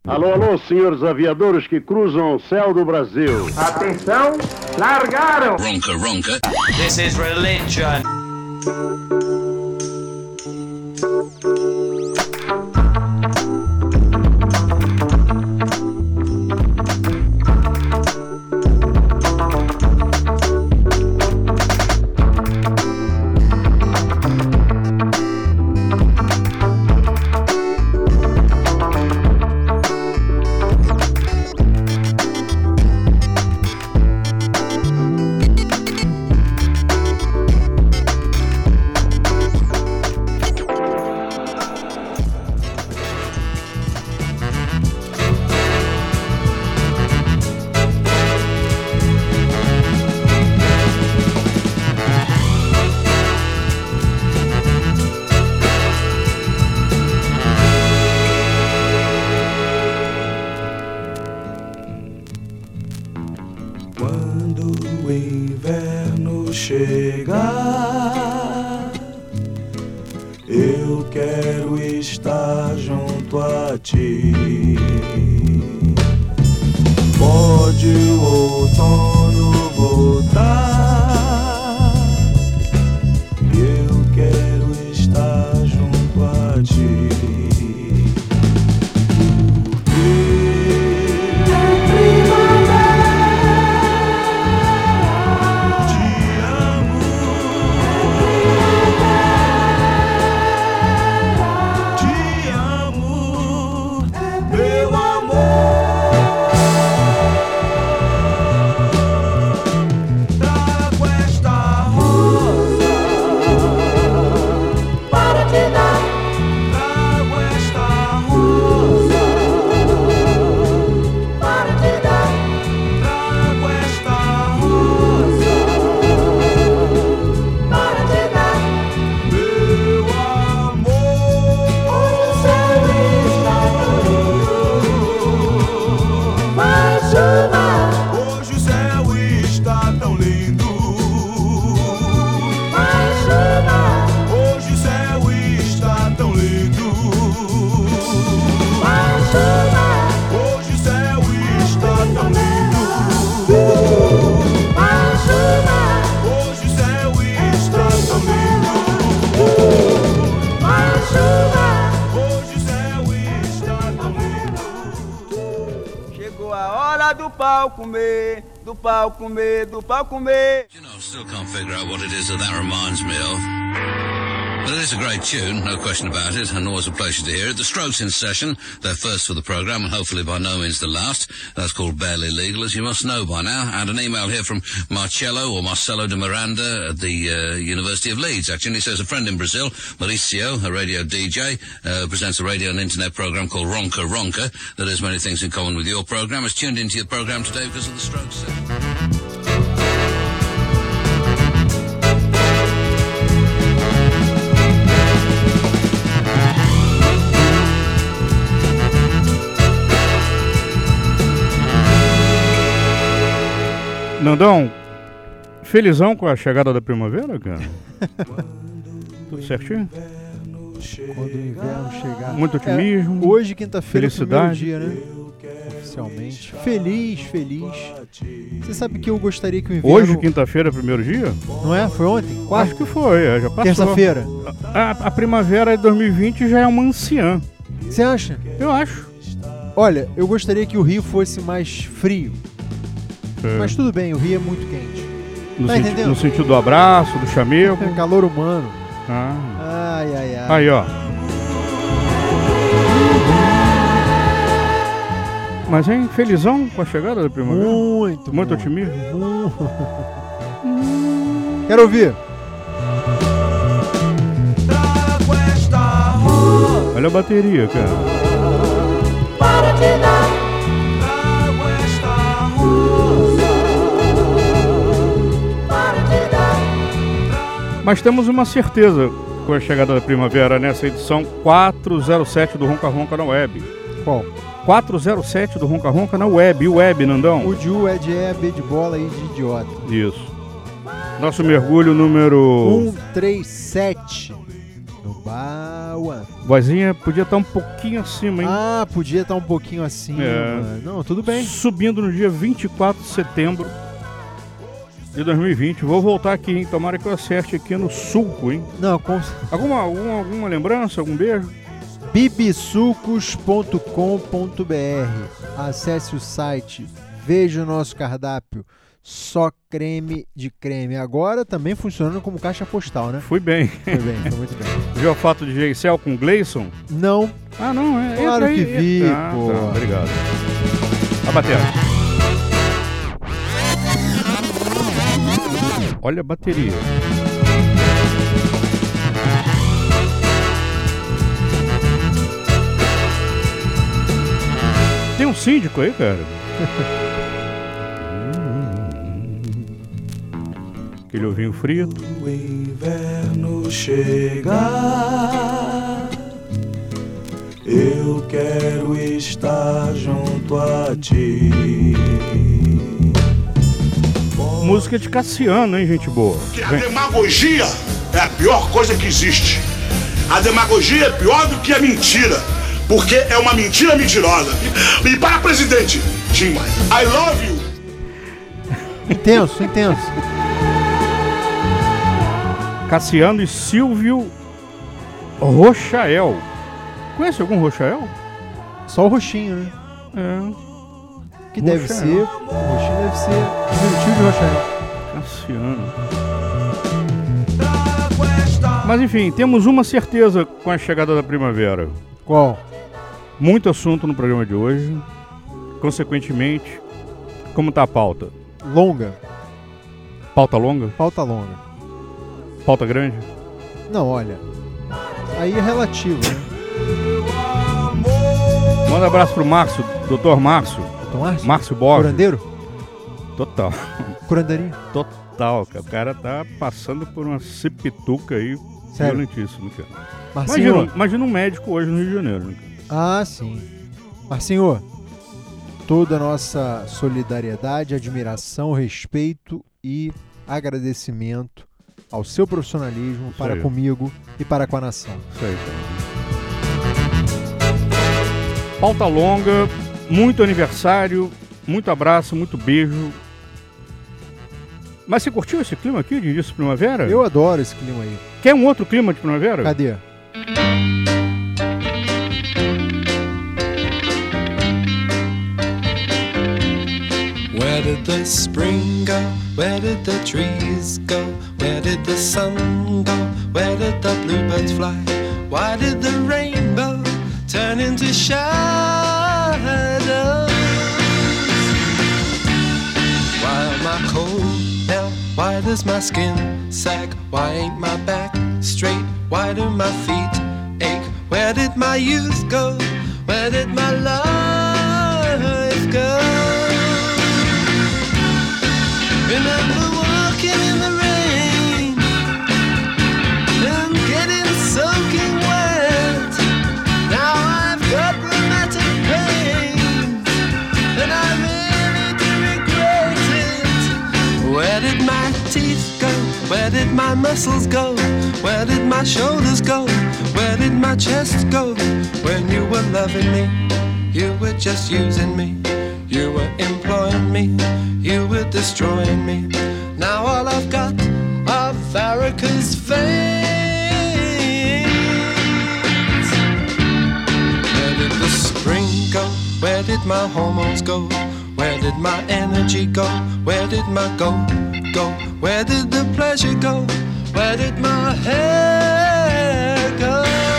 Alô, alô, senhores aviadores que cruzam o céu do Brasil. Atenção, largaram! Ronca, ronca. This is religion. Eu quero estar junto a ti. Pode o outono voltar, eu quero estar junto a ti. Do pau comer. You know, I still can't figure out what it is that reminds me of. But it is a great tune, no question about it, and always a pleasure to hear it. The Strokes in session, their first for the programme, and hopefully by no means the last. That's called Barely Legal, as you must know by now. And an email here from Marcello de Miranda at the University of Leeds, actually. He says a friend in Brazil, Mauricio, a radio DJ, presents a radio and internet programme called Ronca Ronca, that has many things in common with your programme. Has tuned into your programme today because of the Strokes session. Nandão, felizão com a chegada da primavera, cara? Tudo certinho? Quando o inverno chegar. Muito otimismo. Hoje, quinta-feira, felicidade. É o primeiro dia, né? Oficialmente. Feliz. Você sabe que eu gostaria que o inverno... Hoje, quinta-feira, primeiro dia? Não é? Foi ontem? Quarta? Acho que foi, já passou. Terça-feira? A primavera de 2020 já é uma anciã. Você acha? Eu acho. Olha, eu gostaria que o Rio fosse mais frio. Mas tudo bem, o Rio é muito quente. Tá entendendo? No sentido do abraço, do chamego. Calor humano. Ai. Ai. Aí, ó. Mas, hein, felizão com a chegada da primavera? Muito otimismo? Quero ouvir. Olha a bateria, cara. Para te dar. Mas temos uma certeza com a chegada da primavera nessa edição 407 do Ronca Ronca na web. Qual? 407 do Ronca Ronca na web. E o web, Nandão? O Ju é de B de bola e de idiota. Isso. Nosso mergulho número... 137. No Bauã. Vozinha podia estar um pouquinho acima, hein? Ah, podia estar um pouquinho acima. Não, tudo bem. Subindo no dia 24 de setembro de 2020. Vou voltar aqui, hein? Tomara que eu acerte aqui no sulco, hein? Não, Alguma lembrança? Algum beijo? bibisucos.com.br. Acesse o site, veja o nosso cardápio. Só creme de creme. Agora também funcionando como caixa postal, né? Fui bem. Foi muito bem. Viu a foto de Geisel com Gleison? Não. Ah, não, é. Claro que vi, pô. Tá, obrigado. A bateria. Olha a bateria. Tem um síndico aí, cara? Aquele ovinho frito. O inverno chegar, eu quero estar junto a ti. Música de Cassiano, hein, gente boa? A demagogia é a pior coisa que existe. A demagogia é pior do que a mentira, porque é uma mentira mentirosa. E para presidente, Tim Maia, I love you. Intenso. Cassiano e Silvio Rochael. Conhece algum Rochael? Só o roxinho, né? Que Rochael. deve ser. O roxinho deve ser diminutivo de Rochael. Cassiano. Mas enfim, temos uma certeza com a chegada da primavera. Qual? Muito assunto no programa de hoje. Consequentemente, como tá a pauta? Longa. Pauta longa? Pauta longa. Pauta grande? Não, olha. Aí é relativo, né? Manda um abraço pro Márcio, Dr. Márcio. Dr. Márcio? Márcio Borges. Curandeiro? Total. Curandeirinho? Total, cara. O cara tá passando por uma cipituca aí. Sério? Violentíssima, cara. Marcinho? Imagina um médico hoje no Rio de Janeiro, né? Ah, sim. Marcinho, toda a nossa solidariedade, admiração, respeito e agradecimento ao seu profissionalismo Isso para aí. comigo e para com a nação. Isso aí, cara. Pauta longa, muito aniversário, muito abraço, muito beijo. Mas você curtiu esse clima aqui de início de primavera? Eu adoro esse clima aí. Quer um outro clima de primavera? Cadê? Where did the spring go? Where did the trees go? Where did the sun go? Where did the bluebirds fly? Why did the rainbow turn into shadows? Why am I cold now? Why does my skin sag? Why ain't my back straight? Why do my feet ache? Where did my youth go? Where did my life go? Remember walking in the rain and getting soaking wet. Now I've got rheumatic pain and I really do regret it. Where did my teeth go? Where did my muscles go? Where did my shoulders go? Where did my chest go? When you were loving me, you were just using me. You were employing me, you were destroying me. Now all I've got are varicose veins. Where did the spring go? Where did my hormones go? Where did my energy go? Where did my go? Where did the pleasure go? Where did my hair go?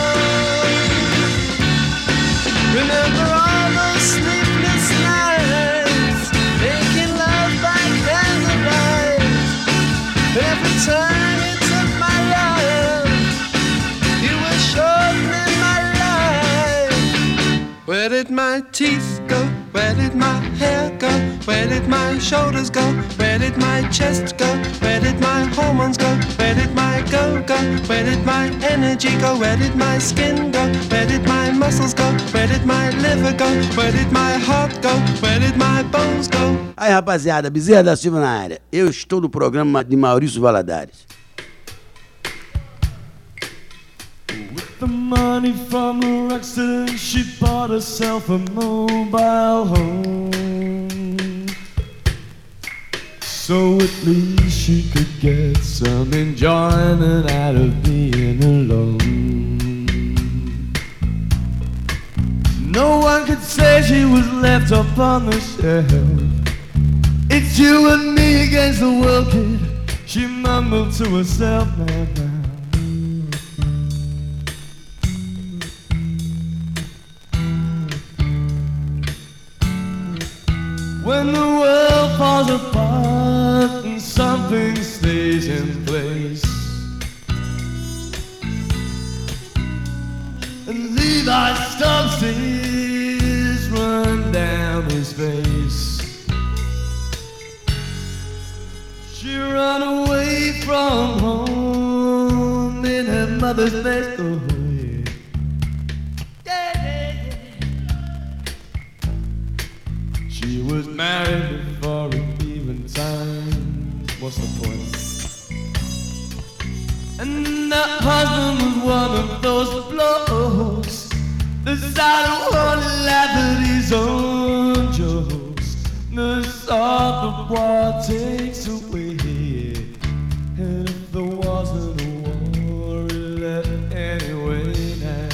Remember all those sleepless nights, making love by candlelight. Every time you took my love, you were shortening my life. Where did my teeth go? Where did my hair go? Where did my shoulders go? Where did my chest go? Where did my hormones go? Where did my go? Where did my energy go? Where did my skin go? Where did my muscles go? Where did my liver go? Where did my heart go? Where did my bones go? Aí, rapaziada, Bezerra da Silva na área. Eu estou no programa de Maurício Valadares. the money from her accident, she bought herself a mobile home, so at least she could get some enjoyment out of being alone. No one could say she was left up on the shelf. It's you and me against the world, kid, she mumbled to herself, man. When the world falls apart and something stays in place, and Levi Stubbs tears run down his face, she ran away from home in her mother's bed. Oh, she was married before even time. What's the point? And that husband was one of those blokes that don't want to laugh at his own jokes. The sort of war takes away, and if there wasn't a war, it left anyway now.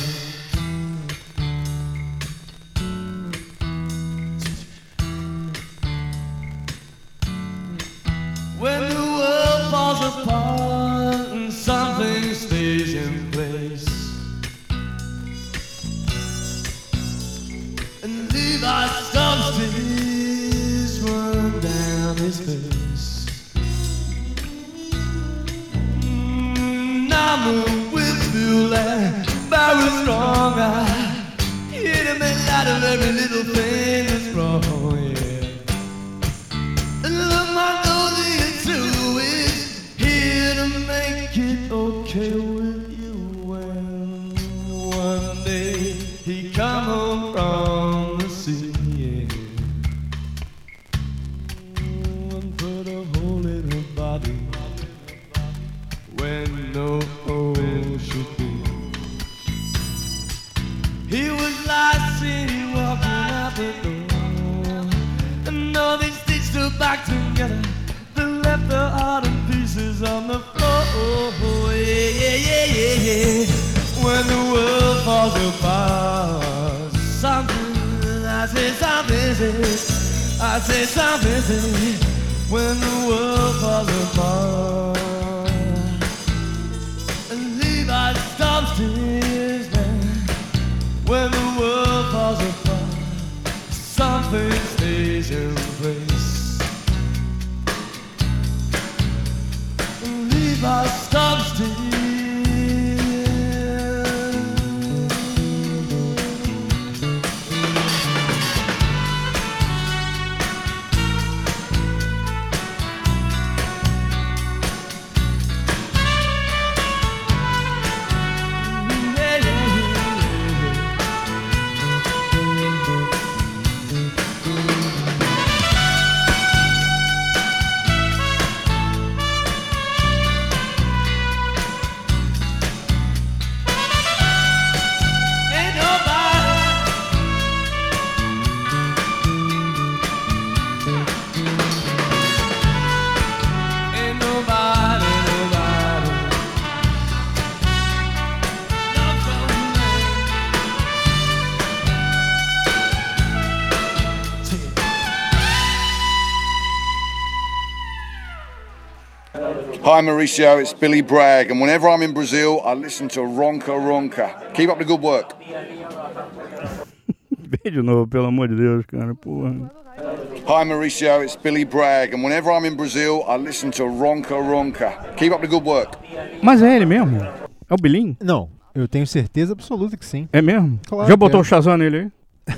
When the world falls apart and something stays in place, and Levi Stubbs tears run down his face, I'm a Whitfield and Barry Strong. I hit him out of every little thing that's wrong, yeah. And look, my nosy too is here to make it okay with you. When one day he come home from the sea, yeah, and put a hole in her body when no hole should be. He was last seen walking out the door, and all they stitched her back together. They left her heart in pieces on the floor. Yeah, yeah, yeah, yeah, yeah. When the world falls apart, something, I say something, I say something. When the world falls apart, and Levi Stubbs tears, man. When the world falls apart, something stays in place. Levi Stubbs tears. Hi Mauricio, it's Billy Bragg, and whenever I'm in Brazil, I listen to Ronca Ronca. Keep up the good work. Vem de novo, pelo amor de Deus, cara, porra. Hi Mauricio, it's Billy Bragg, and whenever I'm in Brazil, I listen to Ronca Ronca. Keep up the good work. Mas é ele mesmo? É o Bilim? Não, eu tenho certeza absoluta que sim. É mesmo? Claro. Já botou o Shazam nele aí?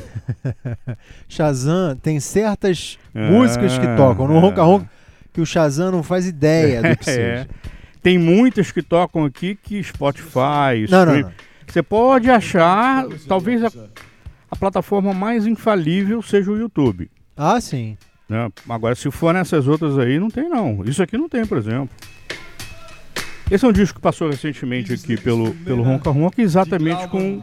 Shazam tem certas músicas que tocam no Ronca Ronca que o Shazam não faz ideia do que seja. Tem muitas que tocam aqui que Spotify, não. Você pode achar, talvez a plataforma mais infalível seja o YouTube. Ah, sim. Né? Agora, se for nessas outras aí, não tem não. Isso aqui não tem, por exemplo. Esse é um disco que passou recentemente aqui pelo Ronca Ronca, exatamente com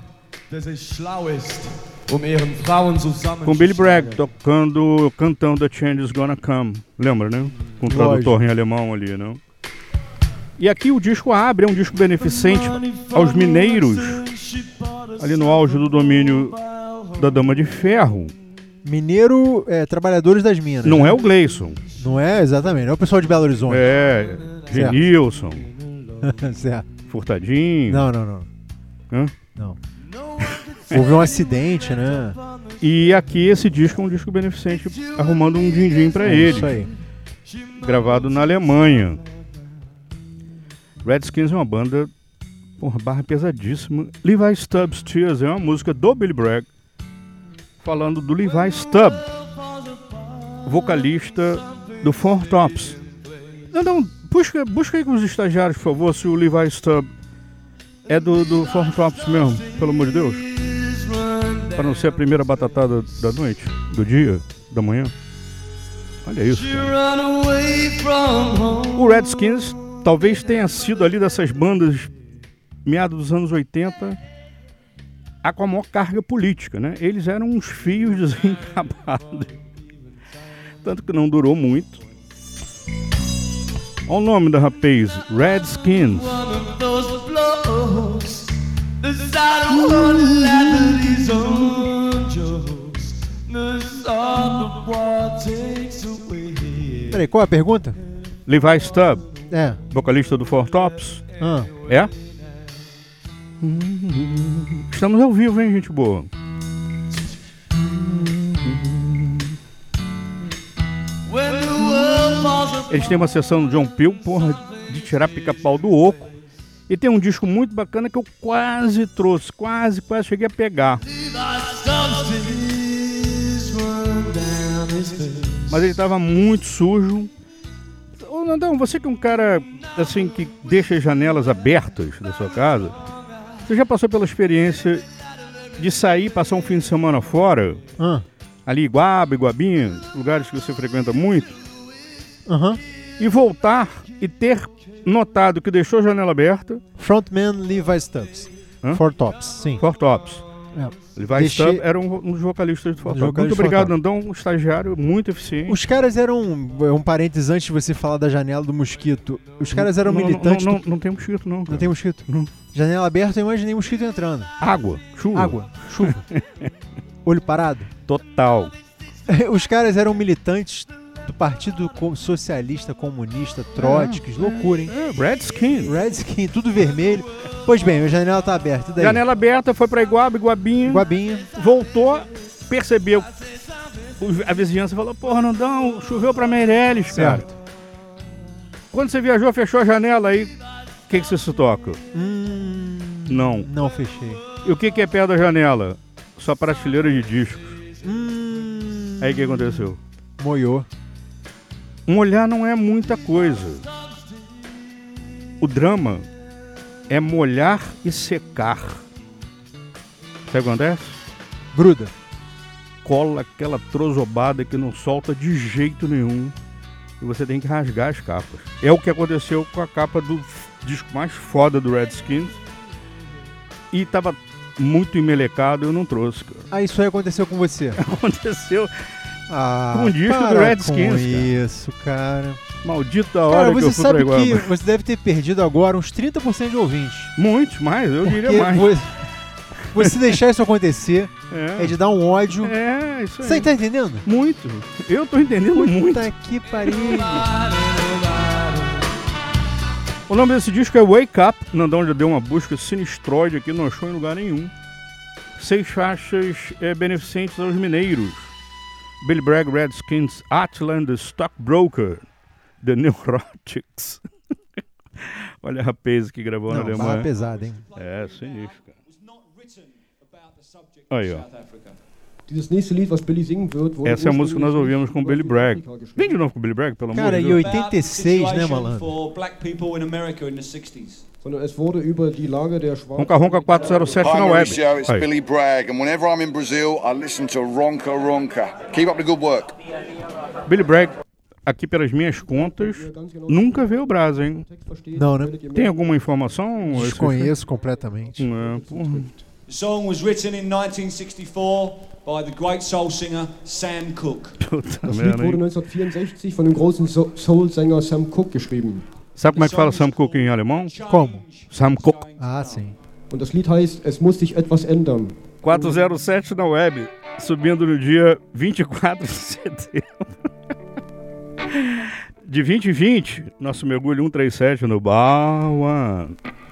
Billy Bragg cantando The Change Is Gonna Come. Lembra, né? Com o tradutor em alemão ali, né? E aqui o disco abre, é um disco beneficente aos mineiros, ali no auge do domínio da Dama de Ferro. Mineiro, trabalhadores das minas. Não é o Gleison. Não é, exatamente. Não é o pessoal de Belo Horizonte. É, Genilson. Certo. Furtadinho. Não. Hã? Não. Houve um acidente, né? E aqui esse disco é um disco beneficente, arrumando um din-din pra ele. Isso aí. Gravado na Alemanha. Redskins é uma banda, barra pesadíssima. Levi Stubbs Tears é uma música do Billy Bragg, falando do Levi Stubbs, vocalista do Four Tops. Não, busca aí com os estagiários, por favor, se o Levi Stubbs é do Four Tops mesmo, pelo amor de Deus. Para não ser a primeira batatada da noite, do dia, da manhã. Olha isso, cara. O Redskins talvez tenha sido ali dessas bandas meados dos anos 80 a com a maior carga política, né? Eles eram uns fios desencapados. Tanto que não durou muito. Olha o nome da rapaz, Redskins. Peraí, qual é a pergunta? Levi Stubbs. É. Vocalista do Four Tops. Ah. É? Estamos ao vivo, hein, gente boa? Eles têm uma sessão do John Peel, de tirar pica-pau do oco. E tem um disco muito bacana que eu quase trouxe, quase cheguei a pegar. Mas ele estava muito sujo. Ô, Nandão, você que é um cara assim que deixa as janelas abertas da sua casa, você já passou pela experiência de sair, passar um fim de semana fora? Ali Iguabinha, lugares que você frequenta muito, e voltar e ter notado que deixou a janela aberta? Frontman Levi Stubbs. Four Tops, sim. Four Tops. Levi Stubbs era um dos vocalistas do Four Tops. Muito obrigado, Nandão, um estagiário muito eficiente. Os caras eram, um parênteses antes de você falar da janela do mosquito, os caras eram militantes... Não tem mosquito, não. Não tem mosquito? Não. Janela aberta, eu imaginei mosquito entrando. Água, chuva. Olho parado. Total. Os caras eram militantes do Partido Socialista Comunista, Trotsky, loucura, hein? Redskin, tudo vermelho. Pois bem, a janela tá aberta. E daí? Janela aberta, foi pra Iguabinha. Voltou, percebeu. A vizinhança falou, Nandão, choveu pra Meireles, cara. Quando você viajou, fechou a janela aí, o que você se toca? Não fechei. E o que é perto da janela? Só prateleira de discos. Aí o que aconteceu? Moiou. Molhar não é muita coisa. O drama é molhar e secar. Sabe o que acontece? Gruda. Cola aquela trozobada que não solta de jeito nenhum. E você tem que rasgar as capas. É o que aconteceu com a capa do disco mais foda do Redskins. E tava muito emelecado, eu não trouxe, cara. Isso aí aconteceu com você? Aconteceu com o disco do Redskins, cara. Isso, cara. Maldita hora que eu fui pra Iguaba. Você deve ter perdido agora uns 30% de ouvintes. Muitos, mais, eu diria mais. Você deixar isso acontecer é de dar um ódio. Isso aí. Você tá entendendo? Muito. Eu tô entendendo muito. Puta que pariu. O nome desse disco é Wake Up. Nandão já deu uma busca sinistroide aqui, não achou em lugar nenhum. 6 faixas beneficentes aos mineiros. Billy Bragg, Redskins, Atland, Stockbroker, The Neurotics. Olha a rapaz que gravou na Alemanha. Não, pesado, hein? Sinistro, cara. Aí, ó. Essa é a música que nós ouvimos com o Billy Bragg. Vem de novo com o Billy Bragg, pelo amor de Deus. Cara, e 86, né, malandro? Ronca Ronca 407 na web. Mauricio, it's Billy Bragg, and whenever I'm in Brazil, I listen to Ronca Ronca. Keep up the good work. Billy Bragg, aqui pelas minhas contas, nunca veio o Brás, hein? Não, né? Tem alguma informação? Desconheço completamente. Porra. The song was written in 1964 by the great soul singer Sam Cooke. Das Lied wurde 1964 von dem großen Soul-Sänger Sam Cooke geschrieben. Sabe como é que fala Sam Cooke em alemão? Como? Sam Cooke. Ah, sim. Und das Lied heißt, es muss sich etwas ändern. 407 na web, subindo no dia 24 de setembro de 2020, nosso mergulho 137 no Bauan.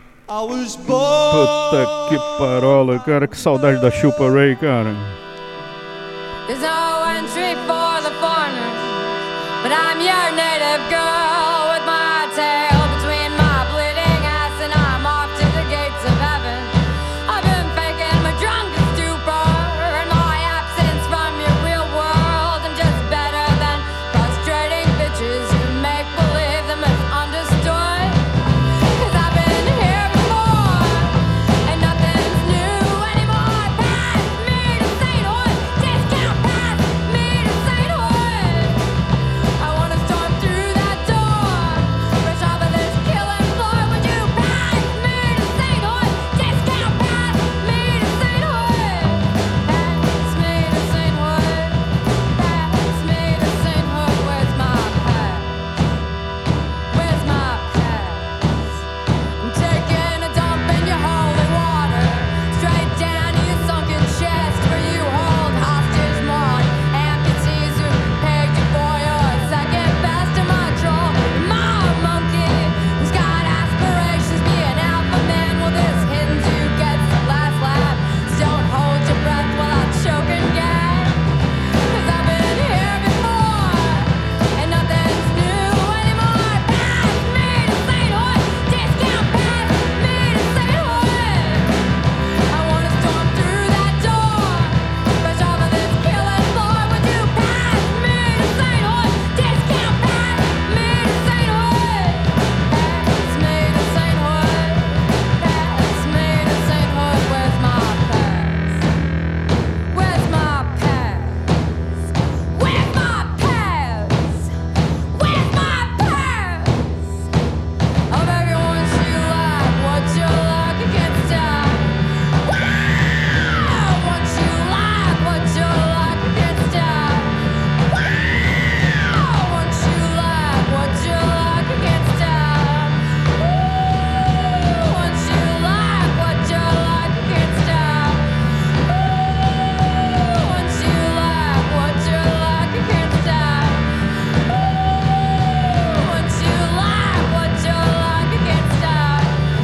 Puta que parola, cara, que saudade da Chupa Ray, cara. There's no entry for the foreigner, but I'm your native girl with my tail between my bleeding ass and I'm off to the gates of heaven. I've been faking my drunken stupor and my absence from your real world. I'm just better than frustrating bitches who make believe them misunderstood. 'Cause I've been here before and nothing's new anymore. Pass me to sainthood, discount pass me to sainthood. I wanna storm through that door, rush off of this killing floor. Would you pass me to sainthood, discount pass me to sainthood. Pass me to sainthood, pass me to sainthood. Where's my pass? Where's my pass? I'm taking a dump in your holy water, straight down to your sunken chest, where you hold hostage more amputees who pegged you for your second best. And my troll, my monkey, who's got aspirations, be an alpha man. Well, this hidden who gets the last laugh. So don't hold your breath while I choke and gag. 'Cause I've been here before and nothing's new anymore. Pass me to sainthood, discount pass me to sainthood. I wanna storm through that door, rush off of this killing floor. Would you pass me to sainthood, discount pass me to sainthood. Pass me to sainthood, pass me to sainthood. Where's my pass? Where's my pass? Where's my pass? Where's my pass? Of everyone you like, what you like, you can't stop. Wow! What you like, what you like, you can't stop. Wow! What you like, what you like, you can't stop. Ooh, what you like, what you like, you can't stop. Ooh, what you like, what you like, you can't stop. Ooh, what you like, what you like, you can't stop.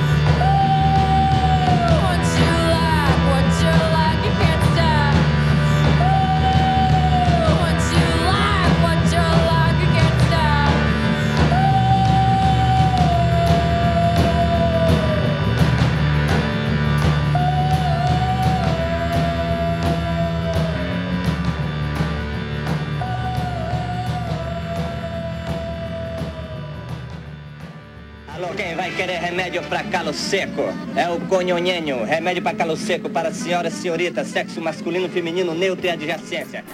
Ooh, what you like, what you like, you can't stop. Ooh, what you like, what you like, you can't stop. Alô, quem vai querer remédio pra calo seco? É o conhonhenho, remédio pra calo seco para senhora, senhorita, sexo masculino, feminino, neutro e adjacência.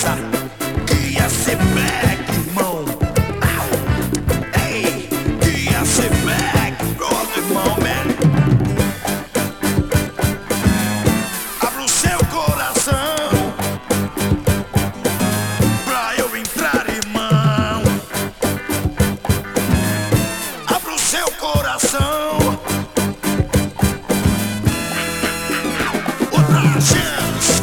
pensa que ia ser black, irmão. Ei, que ia ser black, brother, irmão, man. Abra o seu coração pra eu entrar, irmão. Abra o seu coração. Outra chance.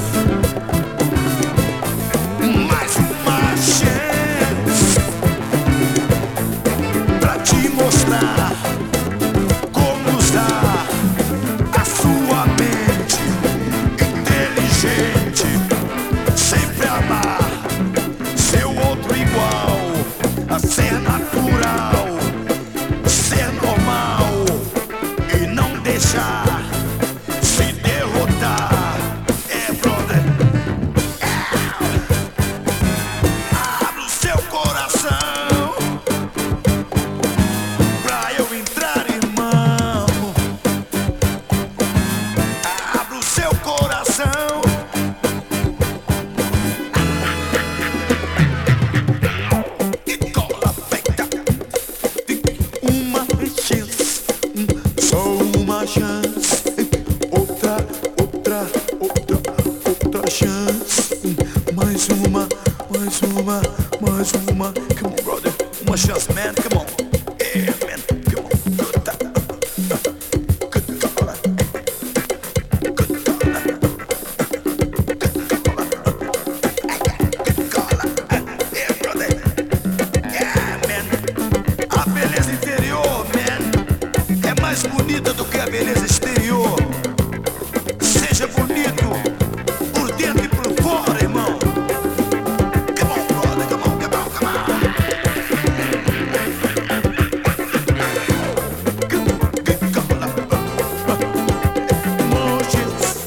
Mais uma chance pra te mostrar como usar a sua mente inteligente. Sempre amar seu outro igual, a ser natural, ser normal e não deixar se derrotar. É, brother. Abra o seu coração pra eu entrar, irmão. Abra o seu coração. E cola feita. Uma chance, só uma chance. Outra chance. Mais uma. Come on, brother. Uma chance, man. Come on. Yeah, man. Come on. Good time. Good color. Good color. Good color. Yeah, brother. Yeah, man. A beleza interior, man, é mais bonita do que a beleza exterior. Seja bonito por dentro e por fora, irmão. Come on, brother, come on, come on, come on. Good color. More chance.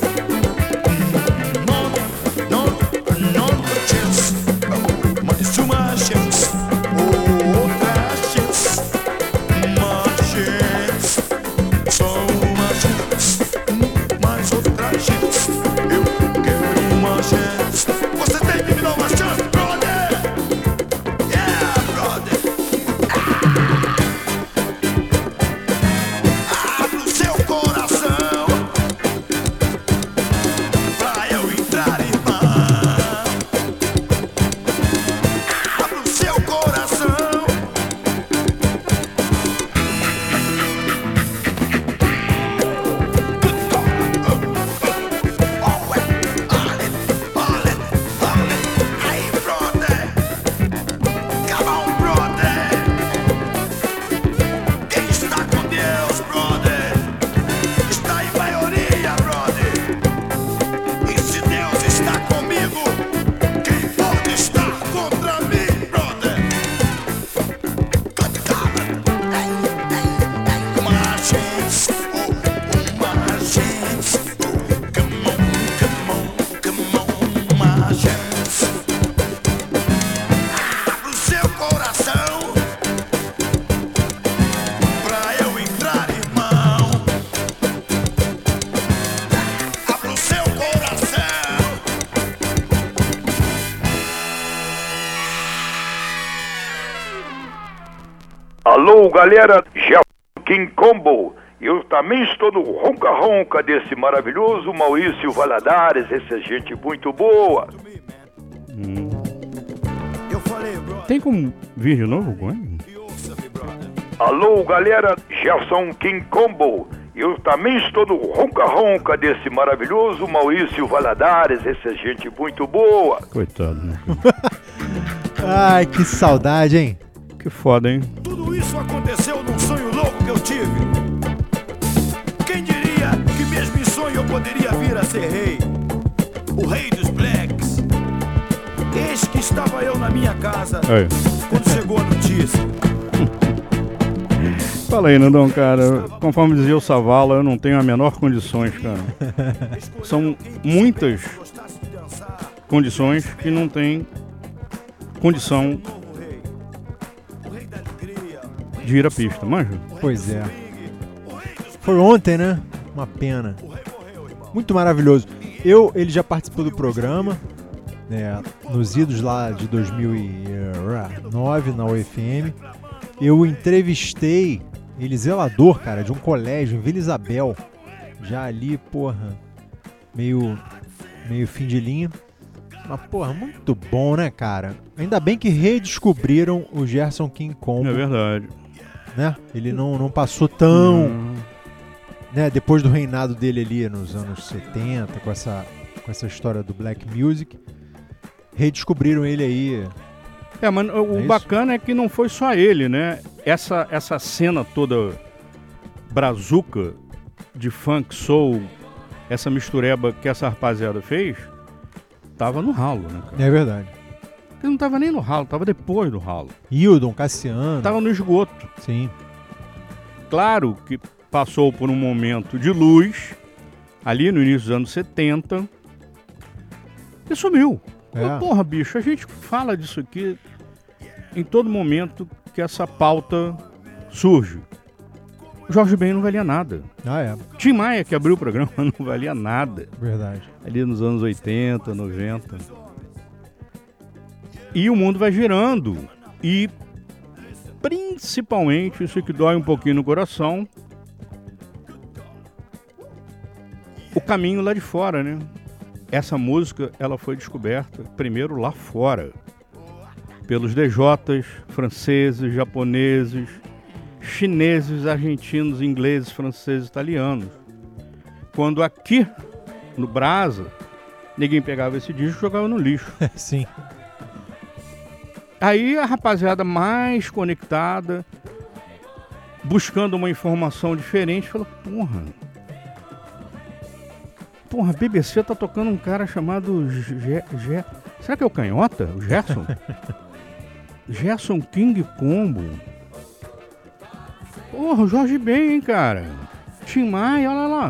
Non chance. Mais uma chance. Outra chance. Uma chance. Só uma chance. Mais outra chance. Eu quero uma chance. Você tem que me dar uma chance, brother. Yeah, brother. Abra o seu coração pra eu entrar, irmão. Abra o seu coração. Aí, brother. Come on, brother. Quem está com Deus, brother, está em maioria, brother. E se Deus está comigo, quem pode estar contra mim, brother? Good God. Uma chance. Uma chance. Come on, uma chance. Abra o seu coração pra eu entrar, irmão. Abra o seu coração. Alô, galera, já King Combo. Eu também estou no ronca-ronca desse maravilhoso Maurício Valadares, essa gente muito boa. Tem como vir de novo, Gwen? Alô, galera, Gerson King Combo. Eu também estou no ronca-ronca desse maravilhoso Maurício Valadares, essa gente muito boa. Coitado, né? Ai, que saudade, hein? Que foda, hein? Tudo isso aconteceu num sonho louco que eu tive. Quem diria que mesmo em sonho eu poderia vir a ser rei? O rei dos blacks. Eis que estava eu na minha casa quando chegou a notícia. Fala aí, Nandão, cara. Conforme dizia o Savala, eu não tenho a menor condições, cara. São muitas condições que não tem condição de ir à pista, manja? Pois é. Foi ontem, né? Uma pena. Muito maravilhoso. Ele já participou do programa. nos idos lá de 2009 na UFM, eu entrevistei ele, zelador, cara, de um colégio em Vila Isabel, já ali, porra, meio fim de linha. Mas, porra, muito bom, né, cara? Ainda bem que redescobriram o Gerson King Combo. É verdade. Né? Ele não passou tão... Né, depois do reinado dele ali nos anos 70, com essa história do Black Music, redescobriram ele aí. Mas o bacana é que não foi só ele, né? Essa cena toda brazuca de funk, soul, essa mistureba que essa rapaziada fez, tava no ralo, né, cara? É verdade. Ele não tava nem no ralo, tava depois do ralo. Hildon, Cassiano. Tava no esgoto. Sim. Claro que passou por um momento de luz, ali no início dos anos 70, e sumiu. Porra, bicho, a gente fala disso aqui em todo momento que essa pauta surge. O Jorge Ben não valia nada. Tim Maia, que abriu o programa, não valia nada. Verdade. Ali nos anos 80, 90. E o mundo vai girando. E principalmente, isso que dói um pouquinho no coração, o caminho lá de fora, né? Essa música, ela foi descoberta primeiro lá fora, pelos DJs, franceses, japoneses, chineses, argentinos, ingleses, franceses, italianos. Quando aqui, no Brasa, ninguém pegava esse disco e jogava no lixo. Sim. Aí a rapaziada mais conectada, buscando uma informação diferente, falou, porra, a BBC tá tocando um cara chamado será que é o Canhota? O Gerson? Gerson King Combo. Porra, o Jorge Ben, hein, cara? Tim Maia, olha lá.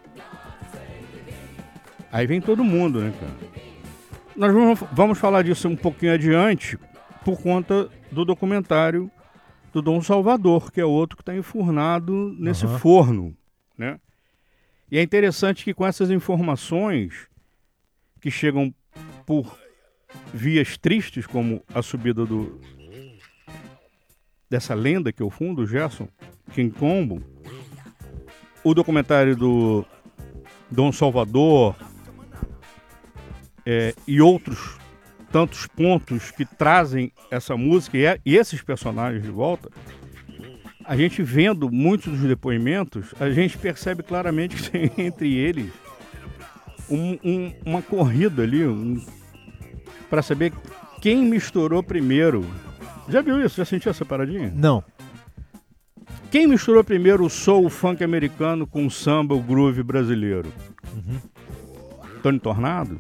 Aí vem todo mundo, né, cara? Nós vamos falar disso um pouquinho adiante, por conta do documentário do Dom Salvador, que é outro que está enfurnado nesse forno, né? E é interessante que com essas informações que chegam por vias tristes, como a subida dessa lenda que é o fundo, o Gerson King Combo, o documentário do Dom Salvador e outros tantos pontos que trazem essa música e esses personagens de volta, a gente vendo muitos dos depoimentos, a gente percebe claramente que tem entre eles uma corrida ali para saber quem misturou primeiro. Já viu isso? Já sentiu essa paradinha? Não. Quem misturou primeiro o soul, o funk americano com o samba, o groove brasileiro? Tony Tornado?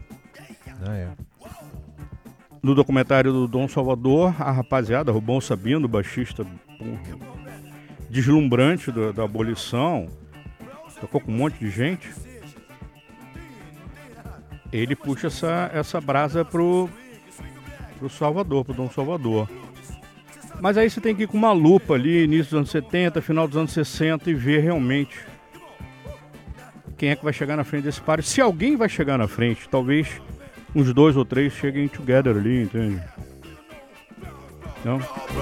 No documentário do Dom Salvador, a rapaziada, Rubão Sabino, baixista deslumbrante da abolição, tocou com um monte de gente, ele puxa essa brasa pro Salvador, pro Dom Salvador. Mas aí você tem que ir com uma lupa ali, início dos anos 70, final dos anos 60, e ver realmente quem é que vai chegar na frente desse páreo. Se alguém vai chegar na frente, talvez uns 2 ou 3 cheguem together ali, entende? Não?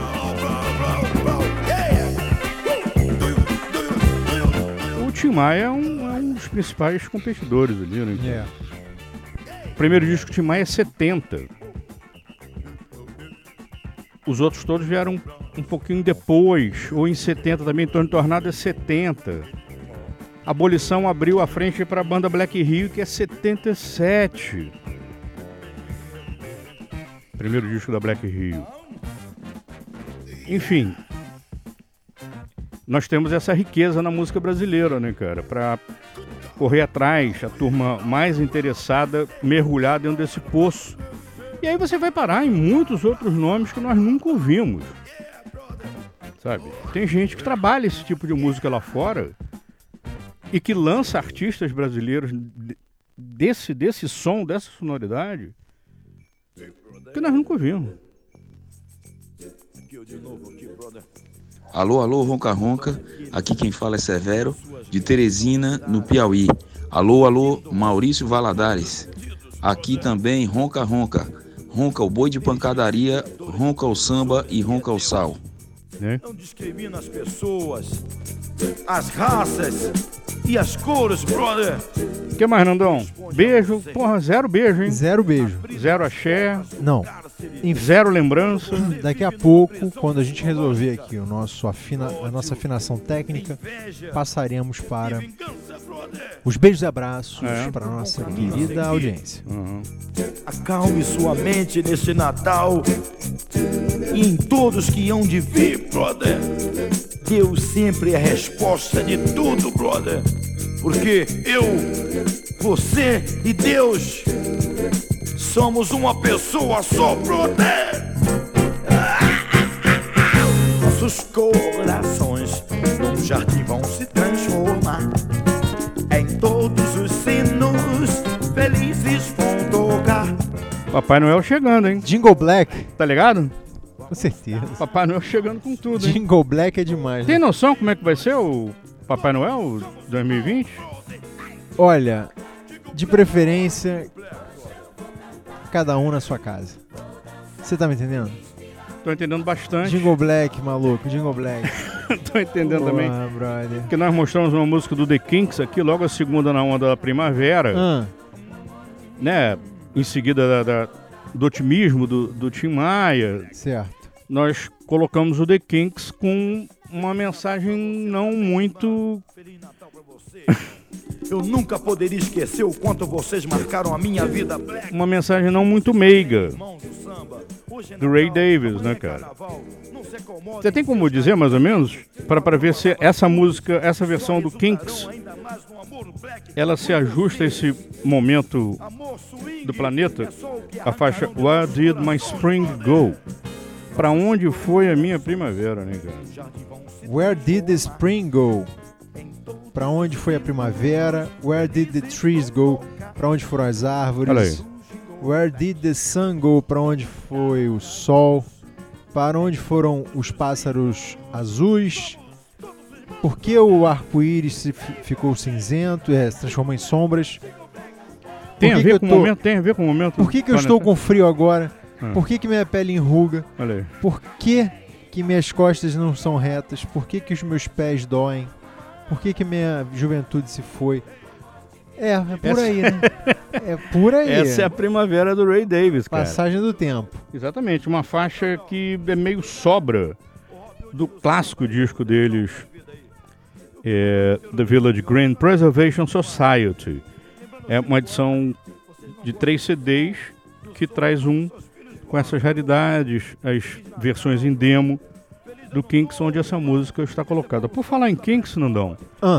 O Tim Maia é um dos principais competidores ali, né? O primeiro disco do Tim Maia é 70. Os outros todos vieram um pouquinho depois, ou em 70 também. Tony Tornado é 70. Abolição abriu a frente para a banda Black Rio, que é 77. Primeiro disco da Black Rio. Enfim, nós temos essa riqueza na música brasileira, né, cara? Para correr atrás, a turma mais interessada mergulhar dentro desse poço. E aí você vai parar em muitos outros nomes que nós nunca ouvimos, sabe? Tem gente que trabalha esse tipo de música lá fora e que lança artistas brasileiros desse som, dessa sonoridade, que nós nunca ouvimos. Alô, alô, Ronca Ronca, aqui quem fala é Severo, de Teresina, no Piauí. Alô, alô, Maurício Valadares. Aqui também ronca, ronca. Ronca o boi de pancadaria, ronca o samba e ronca o sal. Não discrimina as pessoas, as raças e as cores, brother. O que mais, Nandão? Beijo? Porra, 0 beijo, hein? 0 beijo. 0 axé. Não. 0 lembrança. Daqui a pouco, quando a gente resolver aqui a nossa afinação técnica, passaremos para os beijos e abraços para a nossa querida audiência. Acalme sua mente neste Natal e em todos que hão de vir, brother. Deus sempre é a resposta de tudo, brother. Porque eu, você e Deus somos uma pessoa só, brother. Nossos corações num jardim vão se transformar. Em todos os sinos felizes vão tocar. Papai Noel chegando, hein? Jingle Black. Tá ligado? Com certeza. Papai Noel chegando com tudo, hein? Jingle Black é demais. Tem noção como é que vai ser o Papai Noel 2020? Olha, de preferência, cada um na sua casa. Você tá me entendendo? Tô entendendo bastante. Jingle Black, maluco, Jingle Black. Tô entendendo também. Brother. Porque nós mostramos uma música do The Kinks aqui, logo a segunda na onda da primavera. Né? Em seguida do otimismo do Tim Maia. Certo. Nós colocamos o The Kinks com uma mensagem não muito... Eu nunca poderia esquecer o quanto vocês marcaram a minha vida. Uma mensagem não muito meiga. Do Ray Davies, né, cara? Você tem como dizer, mais ou menos, para ver se essa música, essa versão do Kinks, ela se ajusta a esse momento do planeta? A faixa Where Did My Spring Go? Pra onde foi a minha primavera, né, cara? Where did the spring go? Pra onde foi a primavera? Where did the trees go? Pra onde foram as árvores? Olha aí. Where did the sun go? Pra onde foi o sol? Para onde foram os pássaros azuis? Por que o arco-íris ficou cinzento e se transformou em sombras? Tem a ver com o momento. Por que eu estou com frio agora? Por que minha pele enruga? Olha aí. Por que minhas costas não são retas? Por que os meus pés doem? Por que minha juventude se foi? É por aí, né? É por aí. Essa é a primavera do Ray Davies, cara. Passagem do tempo. Exatamente, uma faixa que é meio sobra do clássico disco deles, The Village Green Preservation Society. É uma edição de 3 CDs que traz com essas raridades, as versões em demo do Kinks, onde essa música está colocada. Por falar em Kinks, Nandão,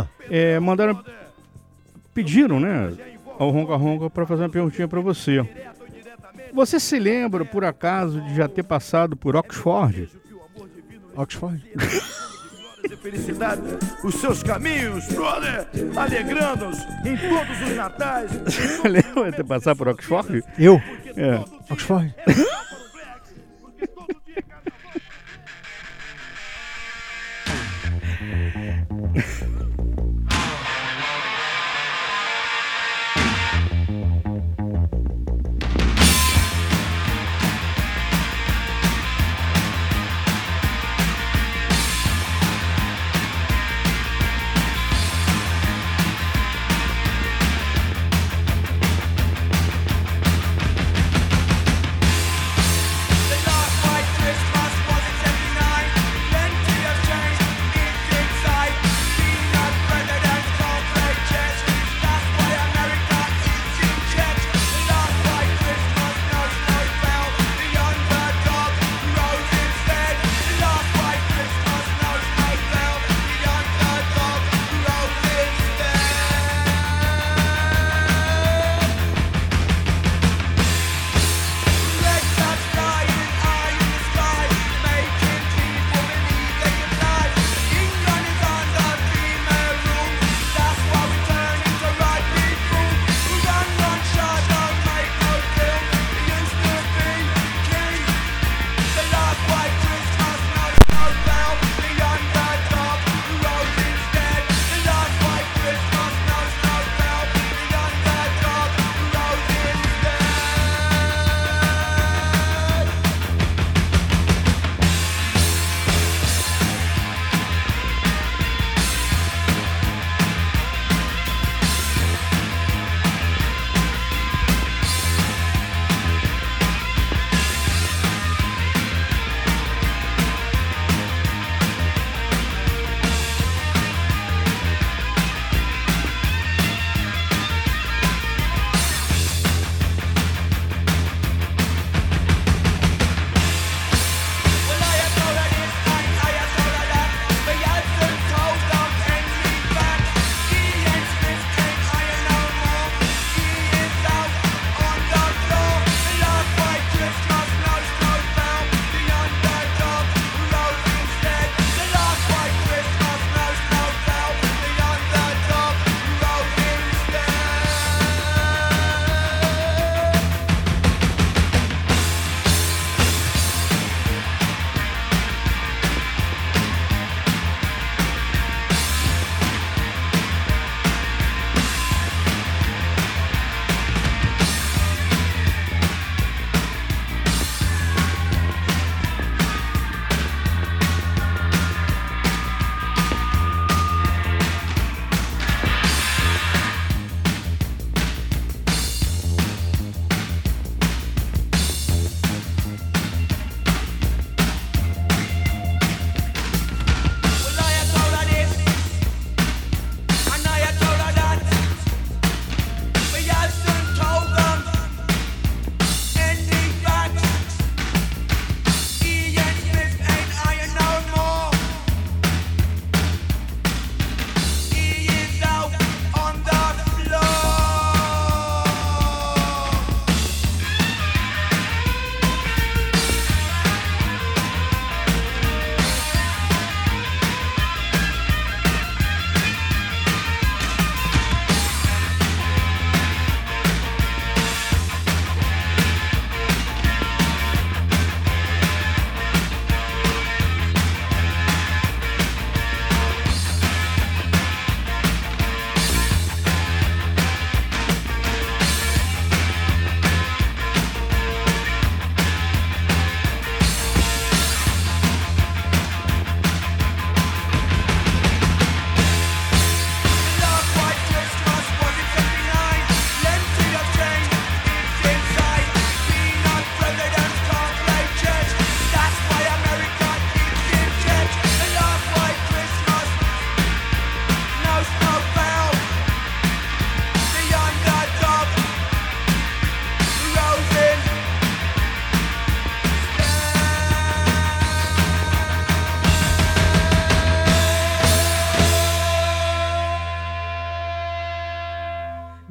pediram, né, ao Ronca Ronca para fazer uma perguntinha para você. Você se lembra, por acaso, de já ter passado por Oxford? Oxford? Felicidade, os seus caminhos, brother, alegrando-nos em todos os natais. Lembra de ter passado por Oxford? Eu? É. Oxford?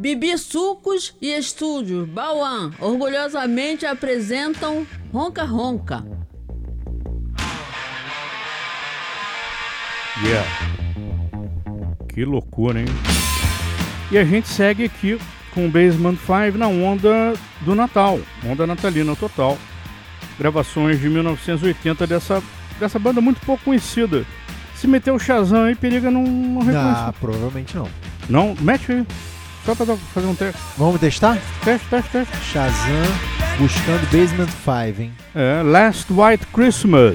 Bibi Sucos e Estúdio Bauan orgulhosamente apresentam Ronca Ronca. Yeah. Que loucura, hein? E a gente segue aqui com o Basement 5 na onda do Natal, onda natalina total. Gravações de 1980 dessa banda muito pouco conhecida. Se meter o Shazam aí, periga não reconhecer. Ah, provavelmente não. Não? Mete aí. Só pra fazer um teste. Vamos testar? Teste. Shazam buscando Basement 5, hein? É, Last White Christmas.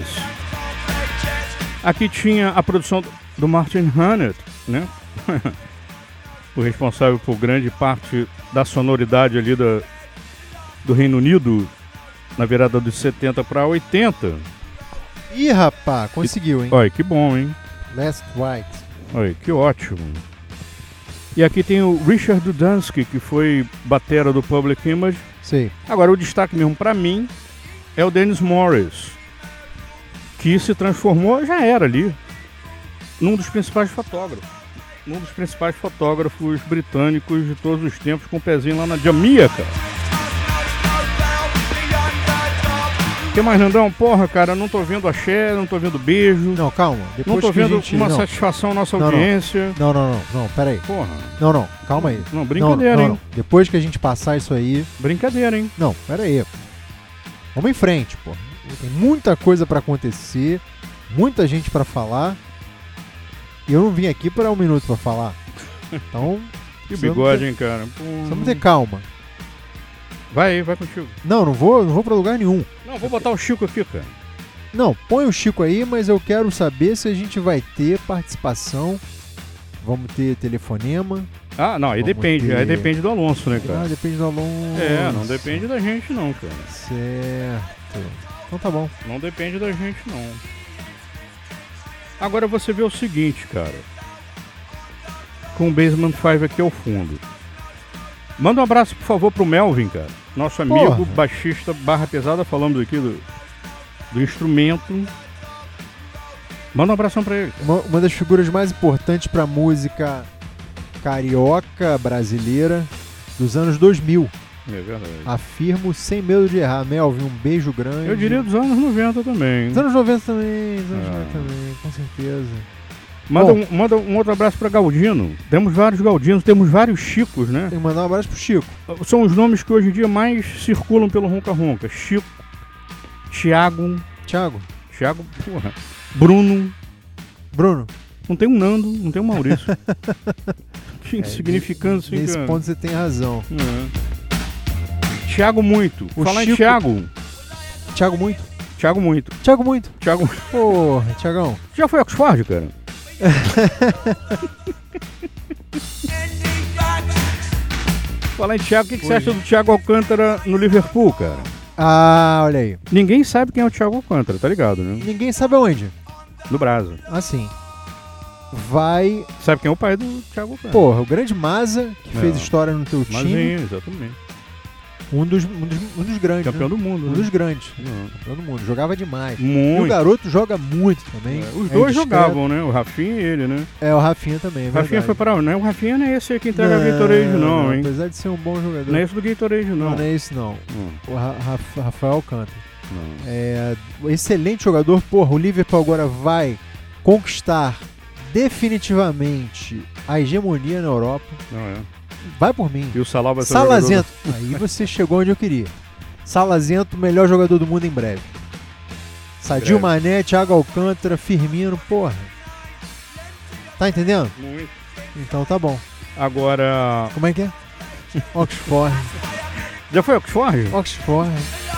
Aqui tinha a produção do Martin Hannett, né? O responsável por grande parte da sonoridade ali do Reino Unido, na virada dos 70 para 80. Ih, rapá, conseguiu, hein? Olha, que bom, hein? Last White. Olha, que ótimo. E aqui tem o Richard Dudansky, que foi batera do Public Image. Sim. Agora, o destaque mesmo pra mim é o Dennis Morris, que se transformou, já era ali, num dos principais fotógrafos. Um dos principais fotógrafos britânicos de todos os tempos, com o pezinho lá na Jamaica. O que mais, Nandão? Porra, cara, não tô vendo axé, não tô vendo beijo. Não, calma. Depois não tô que vendo uma satisfação à nossa audiência. Não, pera aí. Porra. Não, calma aí. Não, brincadeira, hein? Não. Depois que a gente passar isso aí... Brincadeira, hein? Não, pera aí. Vamos em frente, pô. Tem muita coisa pra acontecer, muita gente pra falar. E eu não vim aqui para 1 minuto pra falar. Então... Que bigode, hein, cara? Vamos ter calma. Vai contigo. Não vou pra lugar nenhum. Não, vou botar o Chico aqui, cara. Não, põe o Chico aí, mas eu quero saber se a gente vai ter participação. Vamos ter telefonema. Ah, não, aí depende. Aí depende do Alonso, né, cara? Ah, depende do Alonso. É, não depende da gente não, cara. Certo. Então tá bom. Não depende da gente não. Agora você vê o seguinte, cara. Com o Basement 5 aqui ao fundo. Manda um abraço, por favor, pro Melvin, cara. Nosso amigo, baixista barra pesada, falamos aqui do instrumento. Manda um abração pra ele. Uma das figuras mais importantes pra música carioca brasileira dos anos 2000. É verdade. Afirmo sem medo de errar. Melvin, um beijo grande. Eu diria dos anos 90 também. Dos anos 90 também, com certeza. Manda um outro abraço pra Galdino. Temos vários Galdinos, temos vários Chicos, né? Tem que mandar um abraço pro Chico. São os nomes que hoje em dia mais circulam pelo Ronca Ronca. Chico, Thiago, porra. Bruno. Não tem um Nando, não tem um Maurício. Que insignificância, assim, nesse ponto você tem razão. Thiago muito. Falar em Thiago. Thiago muito. Porra, Thiagão. Já foi a Oxford, cara? Falar em Thiago, o que você acha do Thiago Alcântara no Liverpool, cara? Ah, olha aí. Ninguém sabe quem é o Thiago Alcântara, tá ligado, né? Ninguém sabe aonde? No Brasil. Ah, sim. Vai... Sabe quem é o pai do Thiago Alcântara? Porra, o grande Maza, que fez história no teu time. Mazinho, exatamente. Um dos grandes. Campeão do mundo. Um né? dos grandes. Campeão do mundo. Jogava demais. Muito. E o garoto joga muito também. Os dois jogavam, né? O Rafinha e ele, né? É, o Rafinha também. O Rafinha foi para onde? O Rafinha não é esse que entrega a Gatorade, não, hein? Apesar de ser um bom jogador. Não é esse do Gatorade, não. Não é esse, não. O Rafael Alcântara. É excelente jogador. Porra, o Liverpool agora vai conquistar definitivamente a hegemonia na Europa. Não é. Vai por mim. E o Salah vai ser Salazento. Aí você chegou onde eu queria. Salazento, melhor jogador do mundo em breve. Sadio Mané, Thiago Alcântara, Firmino, porra. Tá entendendo? Muito. Então tá bom. Agora... Como é que é? Oxford. Já foi Oxford? Oxford.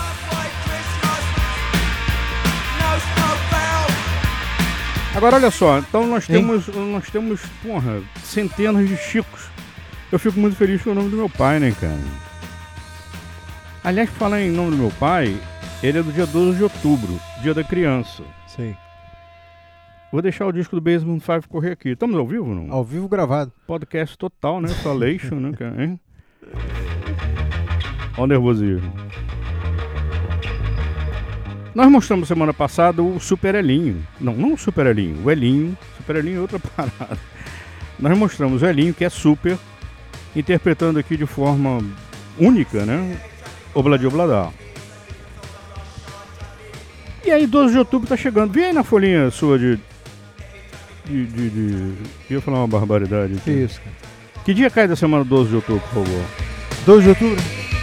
Agora olha só, então nós temos, porra, centenas de Chicos. Eu fico muito feliz com o nome do meu pai, né, cara? Aliás, falar em nome do meu pai, ele é do dia 12 de outubro, dia da criança. Sim. Vou deixar o disco do Basement 5 correr aqui. Estamos ao vivo, não? Ao vivo gravado. Podcast total, né? Solation, né, cara? Hein? Olha o nervosismo. Nós mostramos semana passada o Super Elinho. Não o Super Elinho, o Elinho. Super Elinho é outra parada. Nós mostramos o Elinho, que é super, interpretando aqui de forma única, né? Obladi Obladá. E aí, 12 de outubro tá chegando. Vem aí na folhinha sua de... Eu ia falar uma barbaridade aqui. Que isso, cara? Que dia cai da semana 12 de outubro, por favor? 12 de outubro?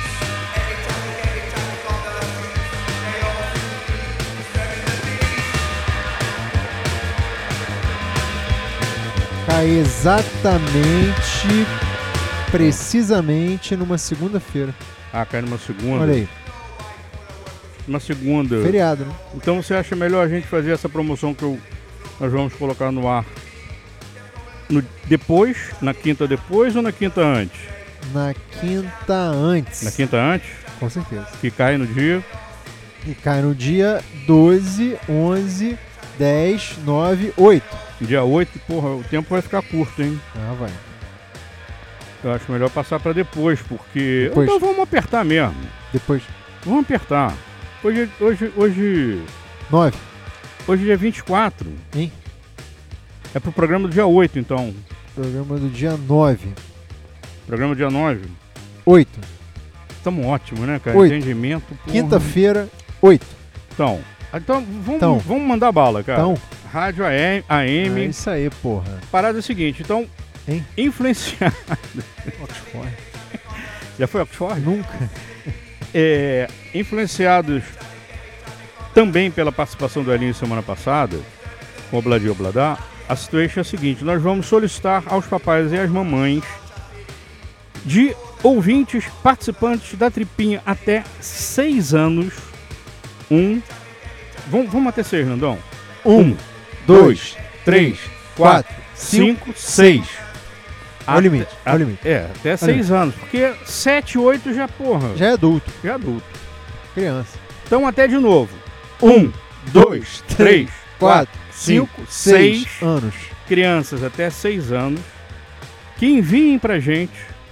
Cai exatamente, precisamente numa segunda-feira. Ah, cai numa segunda? Olha aí. Uma segunda. Feriado, né? Então você acha melhor a gente fazer essa promoção que nós vamos colocar no ar depois, na quinta depois ou na quinta antes? Na quinta antes. Na quinta antes? Com certeza. Que cai no dia? E cai no dia 12, 11, 10, 9, 8. Dia 8, porra, o tempo vai ficar curto, hein? Ah, vai. Eu acho melhor passar pra depois, porque... Depois. Então vamos apertar mesmo. Depois. Vamos apertar. Hoje... 9. Hoje é dia 24. Hein? É pro programa do dia 8, então. Programa do dia 9. Programa do dia 9. 8. Estamos ótimo, né, cara? 8. Entendimento. Porra. Quinta-feira, 8. Então vamos mandar bala, cara. Então. Rádio AM. É isso aí, porra. Parada é o seguinte, então... Hein? Influenciado... Oxford. Já foi Oxford? Nunca. Influenciados também pela participação do Elinho semana passada, com o Obladi Obladá, a situação é a seguinte: nós vamos solicitar aos papais e às mamães de ouvintes participantes da tripinha até 6 anos. Vamos até 6, Nandão? 1, 2, 3, 4, 5, 6. Olha o limite, olha o limite. Até 6 anos, porque 7, 8 já, porra. Já é adulto. Já é adulto. Criança. Então até de novo. 1, 2, 3, 4, 5, 6 anos. Crianças até 6 anos que enviem pra gente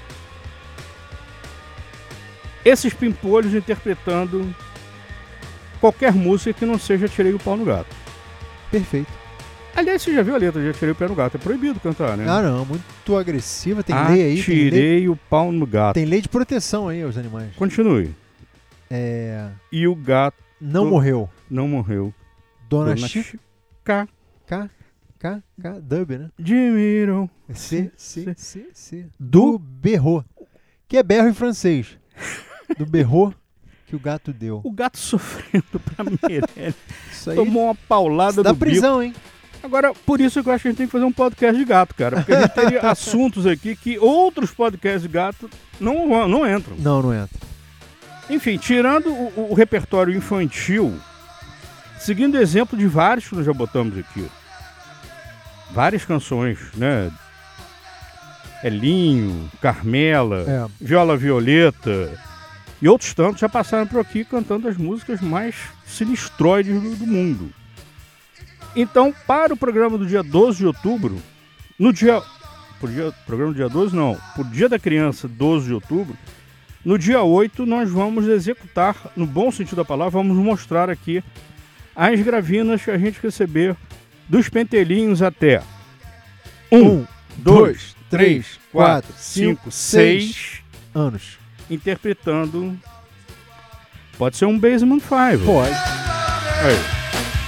esses pimpolhos interpretando qualquer música que não seja Tirei o Pau no Gato. Perfeito. Aliás, você já viu a letra de Atirei o Pé no Gato? É proibido cantar, né? Ah, não. Muito agressiva. Tem lei aí. Atirei o pau no gato. Tem lei de proteção aí aos animais. Continue. E o gato... Não morreu. Não morreu. Dona Chica. Dub, né? Dimiram. C. Do berro. Que é berro em francês. Do berro que o gato deu. O gato sofrendo pra Meirelles. Isso aí. Tomou uma paulada da do prisão, bico. Hein? Agora, por isso que eu acho que a gente tem que fazer um podcast de gato, cara. Porque a gente teria assuntos aqui que outros podcasts de gato não entram. Não entra. Enfim, tirando o repertório infantil, seguindo o exemplo de vários que nós já botamos aqui. Várias canções, né? Elinho, Carmela, Viola Violeta e outros tantos já passaram por aqui cantando as músicas mais sinistroides do mundo. Então, para o programa do dia 12 de outubro, programa do dia 12 não, por dia da criança, 12 de outubro, no dia 8 nós vamos executar, no bom sentido da palavra, vamos mostrar aqui as gravinas que a gente receber dos pentelinhos até 1, 2, 3, 4, 5, 6 anos. Interpretando. Pode ser um Basement 5. Pode. Aí.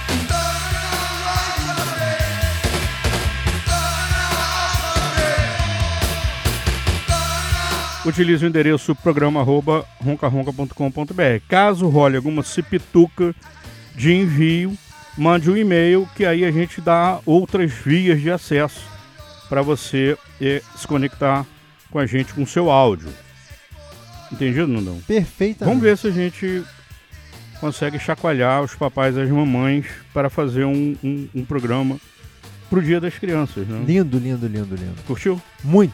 Utilize o endereço programa@roncaronca.com.br. Caso role alguma cipituca de envio, mande um e-mail que aí a gente dá outras vias de acesso para você se conectar com a gente com o seu áudio. Entendido, Nandão? Perfeitamente. Vamos ver se a gente consegue chacoalhar os papais e as mamães para fazer um programa pro Dia das Crianças, né? Lindo. Curtiu? Muito.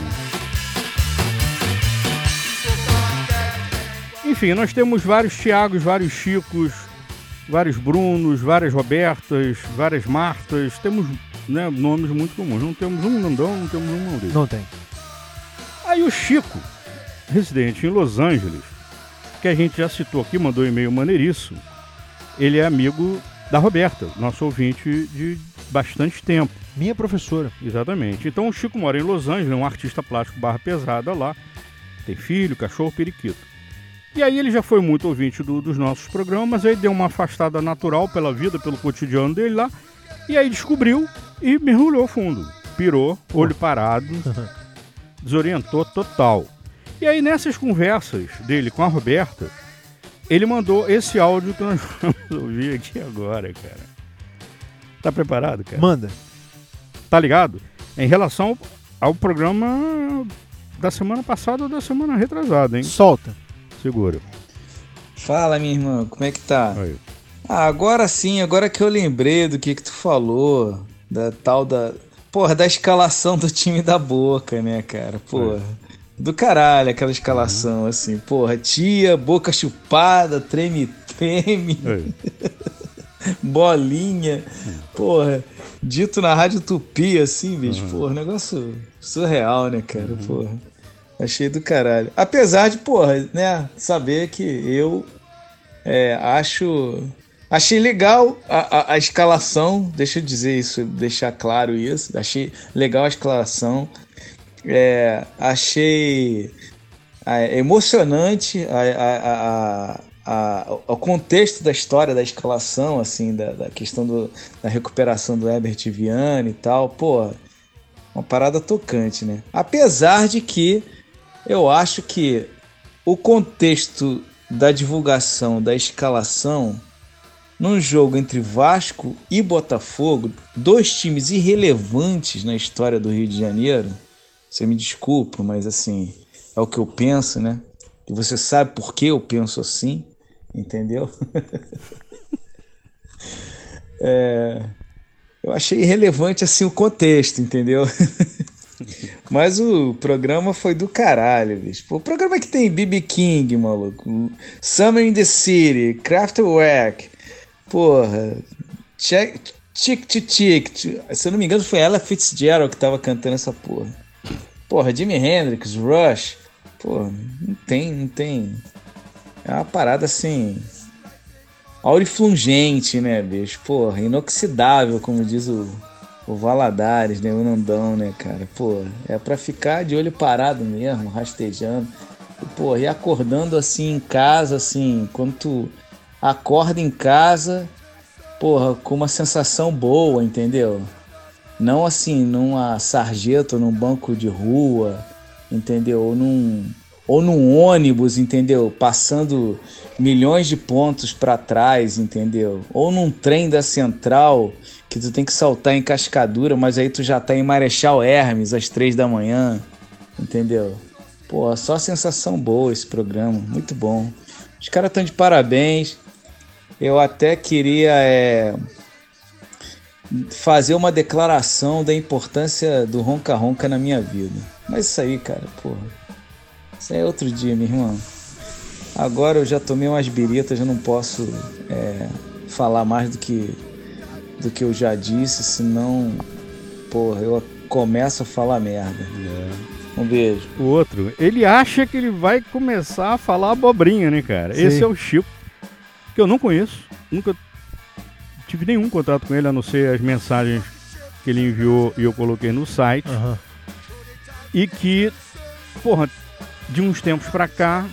Enfim, nós temos vários Thiagos, vários Chicos, vários Brunos, várias Robertas, várias Martas. Temos, né, nomes muito comuns. Não temos um Nandão, não temos um Maurício. Não tem. Aí o Chico, residente em Los Angeles, que a gente já citou aqui, mandou um e-mail maneiríssimo. Ele é amigo da Roberta, nosso ouvinte de bastante tempo. Minha professora. Exatamente. Então o Chico mora em Los Angeles, é um artista plástico barra pesada lá. Tem filho, cachorro, periquito. E aí ele já foi muito ouvinte dos nossos programas, aí deu uma afastada natural pela vida, pelo cotidiano dele lá, e aí descobriu e mergulhou fundo. Pirou, olho parado, desorientou total. E aí nessas conversas dele com a Roberta, ele mandou esse áudio que nós vamos ouvir aqui agora, cara. Tá preparado, cara? Manda. Tá ligado? Em relação ao programa da semana passada ou da semana retrasada, hein? Solta. Segura. Fala, minha irmã, como é que tá? Aí. Agora sim, agora que eu lembrei do que tu falou, da tal da... Porra, da escalação do time da Boca, né, cara? Porra, do caralho aquela escalação, assim. Porra, tia, boca chupada, treme-treme, bolinha. Porra, dito na Rádio Tupi, assim, bicho. Porra, negócio surreal, né, cara? Porra. Achei do caralho. Apesar de, porra, né, saber que eu achei legal a escalação, deixa eu dizer isso, deixar claro isso. Achei legal a escalação. Achei emocionante o contexto da história da escalação, assim, da questão da recuperação do Herbert Viana e tal. Pô, uma parada tocante, né? Apesar de que eu acho que o contexto da divulgação da escalação num jogo entre Vasco e Botafogo, dois times irrelevantes na história do Rio de Janeiro, você me desculpa, mas assim, é o que eu penso, né? E você sabe por que eu penso assim, entendeu? Eu achei irrelevante assim o contexto, entendeu? Mas o programa foi do caralho, bicho. O programa que tem B.B. King, maluco, Summer in the City, Kraftwerk, porra, Chick to Chick. Se eu não me engano foi Ella Fitzgerald que tava cantando essa porra. Porra, Jimi Hendrix, Rush. Porra, não tem. É uma parada assim, auriflungente, né, bicho? Porra, inoxidável, como diz o Valadares, né? O Nandão, né, cara? Pô, é pra ficar de olho parado mesmo, rastejando. Pô, e acordando assim em casa, assim, quando tu acorda em casa, porra, com uma sensação boa, entendeu? Não assim, numa sarjeta ou num banco de rua, entendeu? Ou num ônibus, entendeu? Passando milhões de pontos pra trás, entendeu? Ou num trem da Central que tu tem que saltar em Cascadura, mas aí tu já tá em Marechal Hermes às 3 da manhã, entendeu? Pô, só sensação boa esse programa, muito bom. Os caras estão de parabéns. Eu até queria fazer uma declaração da importância do Ronca Ronca na minha vida. Mas isso aí, cara, porra, isso aí é outro dia, minha irmã. Agora eu já tomei umas biritas, já não posso falar mais do que eu já disse, senão, porra, eu começo a falar merda. Um beijo. O outro, ele acha que ele vai começar a falar abobrinha, né, cara? Sim. Esse é o Chico, que eu não conheço, nunca tive nenhum contato com ele, a não ser as mensagens que ele enviou e eu coloquei no site. E que, porra, de uns tempos pra cá,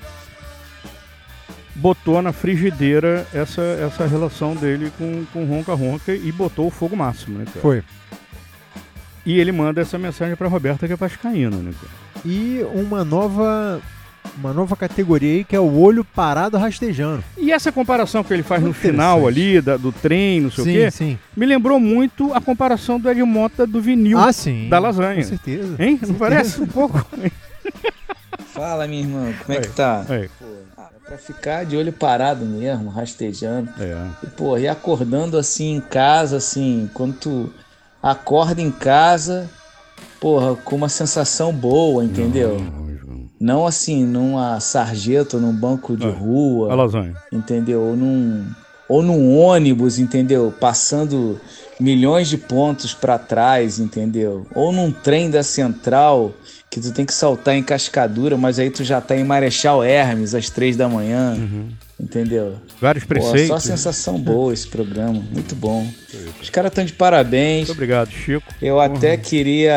botou na frigideira essa relação dele com Ronca Ronca e botou o fogo máximo, né, cara? Foi. E ele manda essa mensagem pra Roberta, que é vascaína, né, cara? E uma nova categoria aí, que é o olho parado rastejando. E essa comparação que ele faz no final ali, do trem, não sei o quê, sim. Me lembrou muito a comparação do Ed Mota do vinil da lasanha. Com certeza. Hein? Não parece um pouco? Fala, minha irmã, como é que tá? Pô, pra ficar de olho parado mesmo, rastejando. E, pô, e acordando assim em casa, assim, quando tu acorda em casa, porra, com uma sensação boa, entendeu? Não assim, numa sarjeta ou num banco de rua. A lasanha. Entendeu? Ou num ônibus, entendeu? Passando milhões de pontos pra trás, entendeu? Ou num trem da Central que tu tem que saltar em Cascadura, mas aí tu já tá em Marechal Hermes às 3 da manhã, entendeu? Vários preceitos. Só sensação boa esse programa, muito bom. Os caras estão de parabéns. Muito obrigado, Chico. Eu até queria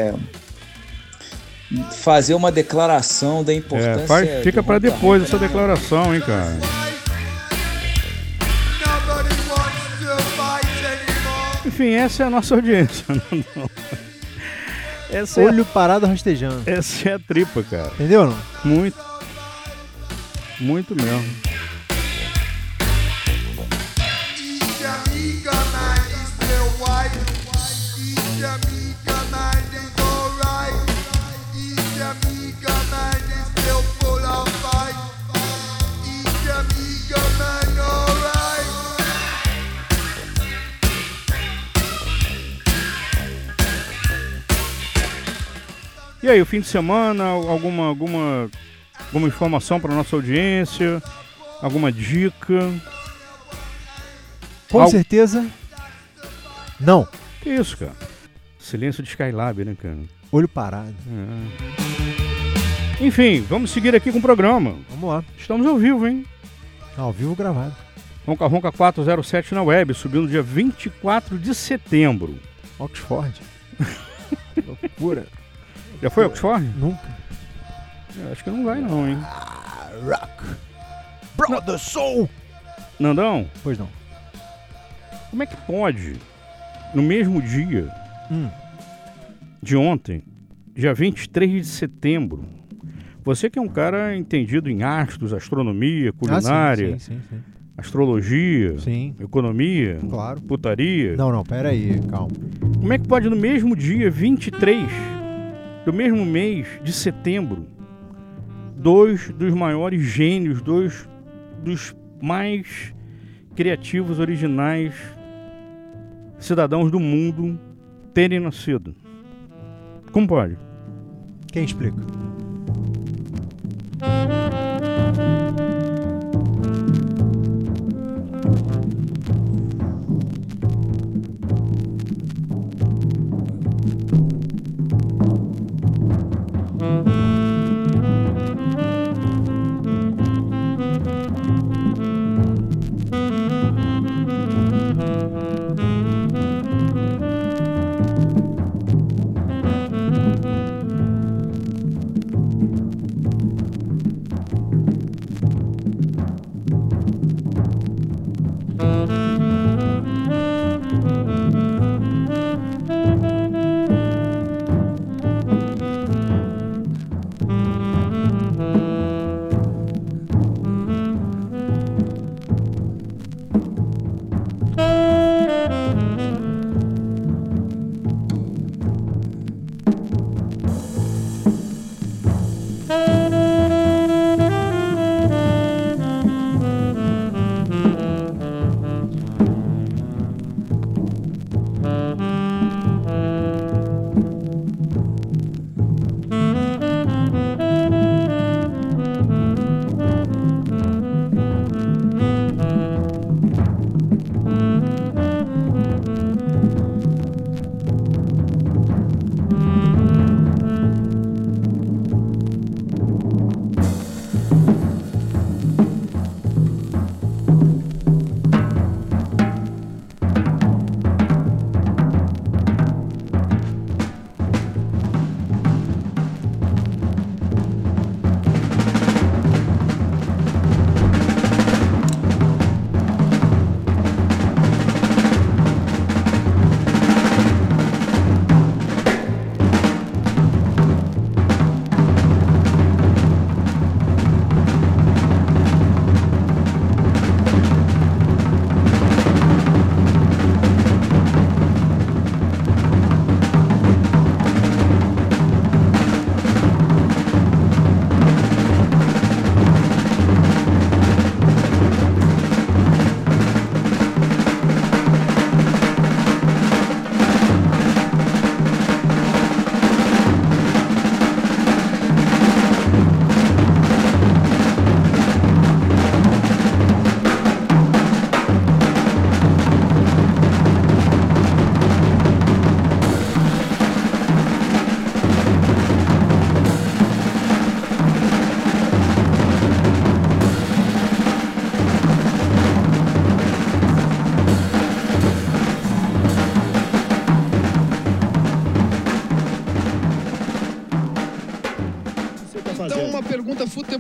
fazer uma declaração da importância... Fica para depois essa declaração, hein, cara. Enfim, essa é a nossa audiência. Essa Olho parado rastejando. Essa é a tripa, cara. Entendeu, não? Muito. Muito mesmo. E aí, o fim de semana, alguma informação para nossa audiência? Alguma dica? Com certeza, não. Que isso, cara? Silêncio de Skylab, né, cara? Olho parado. Enfim, vamos seguir aqui com o programa. Vamos lá. Estamos ao vivo, hein? Ao vivo gravado. Ronca Ronca 407 na web, subiu no dia 24 de setembro. Oxford. Loucura. Já foi Oxford? Nunca. Acho que não vai não, hein? Rock. Brother Soul. Nandão? Pois não. Como é que pode, no mesmo dia de ontem, dia 23 de setembro, você que é um cara entendido em astros, astronomia, culinária, sim. astrologia, economia, claro, putaria... Não, pera aí, calma. Como é que pode, no mesmo dia 23 do mesmo mês de setembro, dois dos maiores gênios, dois dos mais criativos, originais cidadãos do mundo terem nascido? Como pode? Quem explica?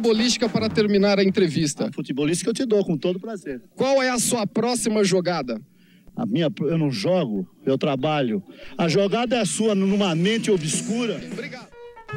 futebolística para terminar a entrevista. Futebolística eu te dou, com todo prazer. Qual é a sua próxima jogada? Eu não jogo, eu trabalho. A jogada é sua numa mente obscura. Obrigado.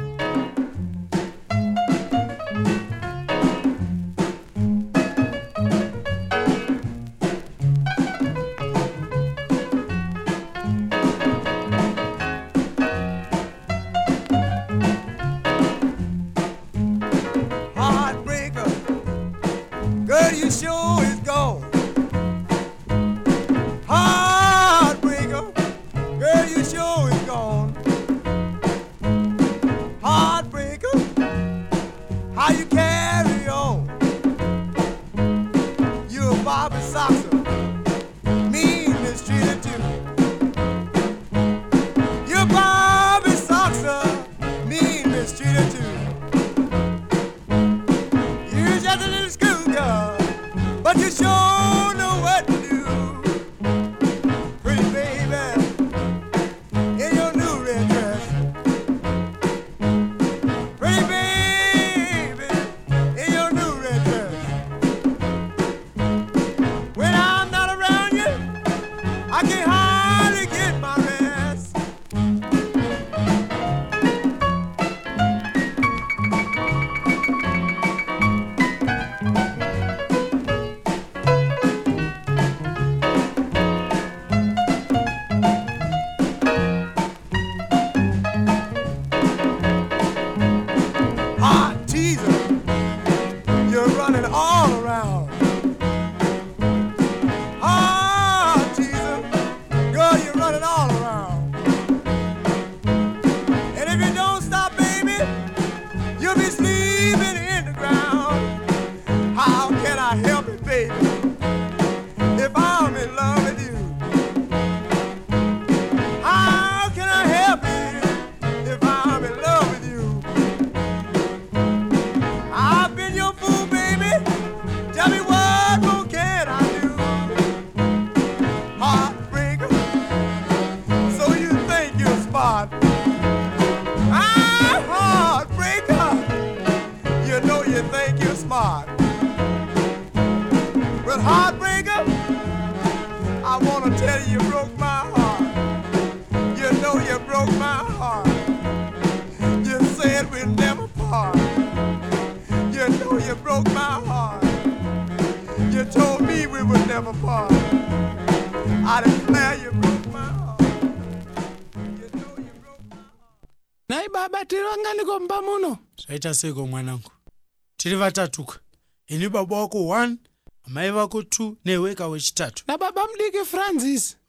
Zvaita seko mwanangu, tiri vatatuka, ini baba wako 1, amai vako 2 neweka wechitatu nababa mudiki Francis.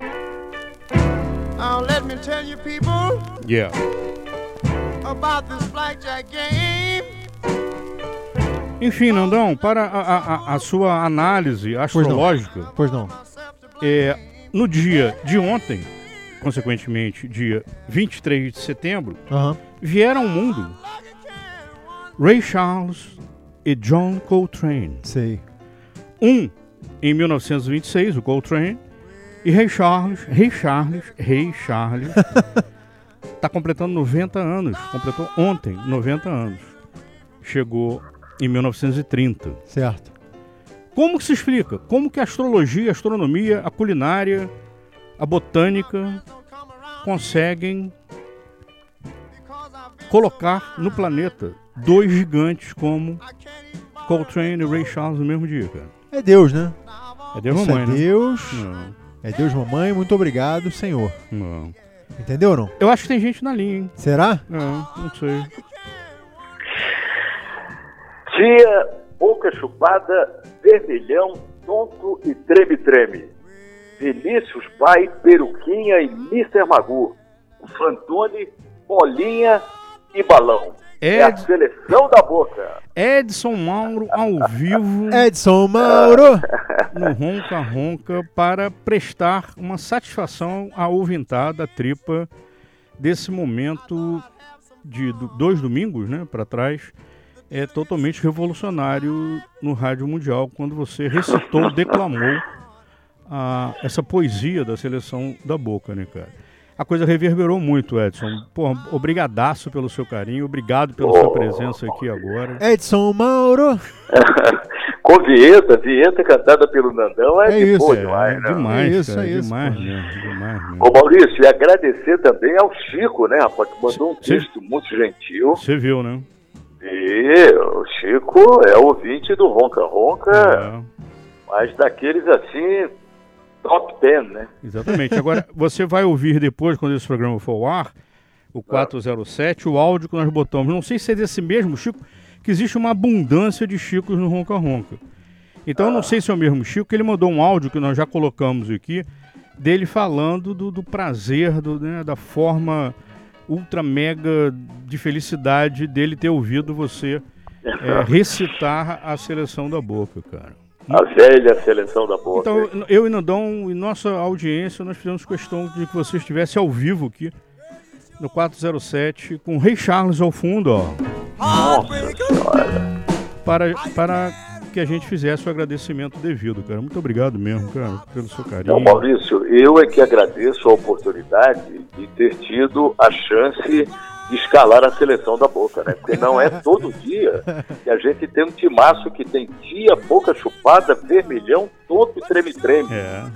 Let me tell you people about this blackjack game. Enfim, Nandão, para a sua análise astrológica, pois não. No dia de ontem, consequentemente dia 23 de setembro, vieram ao mundo Ray Charles e John Coltrane. Sei. Um em 1926, o Coltrane, e Ray Charles está completando 90 anos. Completou ontem 90 anos. Chegou em 1930. Certo. Como que se explica? Como que a astrologia, a astronomia, a culinária, a botânica conseguem colocar no planeta dois gigantes como Coltrane e Ray Charles no mesmo dia, cara? É Deus, né? É Deus, mamãe, né? Deus. Não. É Deus, mamãe. Muito obrigado, Senhor. Não. Entendeu ou não? Eu acho que tem gente na linha, hein? Será? Não sei. Tia, boca chupada, vermelhão, tonto e treme-treme. Vinícius Pai, Peruquinha e Mr. Magoo. Fantoni, Bolinha e Balão. É a seleção da boca. Edson Mauro ao vivo. Edson Mauro! No Ronca Ronca para prestar uma satisfação à ouvintada, à tripa desse momento de 2 domingos, né, para trás. É totalmente revolucionário no Rádio Mundial, quando você recitou, declamou essa poesia da seleção da boca, né, cara? a coisa reverberou muito, Edson. Pô, obrigadaço pelo seu carinho, obrigado pela sua presença aqui agora. Edson Mauro. Com vinheta cantada pelo Nandão é de isso, boa demais, né? Demais, Isso, cara, é isso, demais, pô. demais. Ô Maurício, e agradecer também ao Chico, né, rapaz, que mandou um texto muito gentil. Você viu, né? E o Chico é ouvinte do Ronca Ronca, mas daqueles assim, top 10, né? Exatamente. Agora, você vai ouvir depois, quando esse programa for ao ar, o 407, o áudio que nós botamos. Não sei se é desse mesmo Chico, que existe uma abundância de Chicos no Ronca Ronca. Então, eu não sei se é o mesmo Chico, que ele mandou um áudio que nós já colocamos aqui, dele falando do prazer, né, da forma ultra mega de felicidade dele ter ouvido você recitar a Seleção da Boca, cara. A velha Seleção da Boca. Então, eu e Nandão e nossa audiência, nós fizemos questão de que você estivesse ao vivo aqui no 407 com o Ray Charles ao fundo, ó. Nossa Senhora. Para que a gente fizesse o agradecimento devido, cara. Muito obrigado mesmo, cara, pelo seu carinho. Então, Maurício, eu é que agradeço a oportunidade de ter tido a chance de escalar a Seleção da Boca, né? Porque não é todo dia que a gente tem um timaço que tem Tia, Boca Chupada, Vermelhão, todo treme-treme.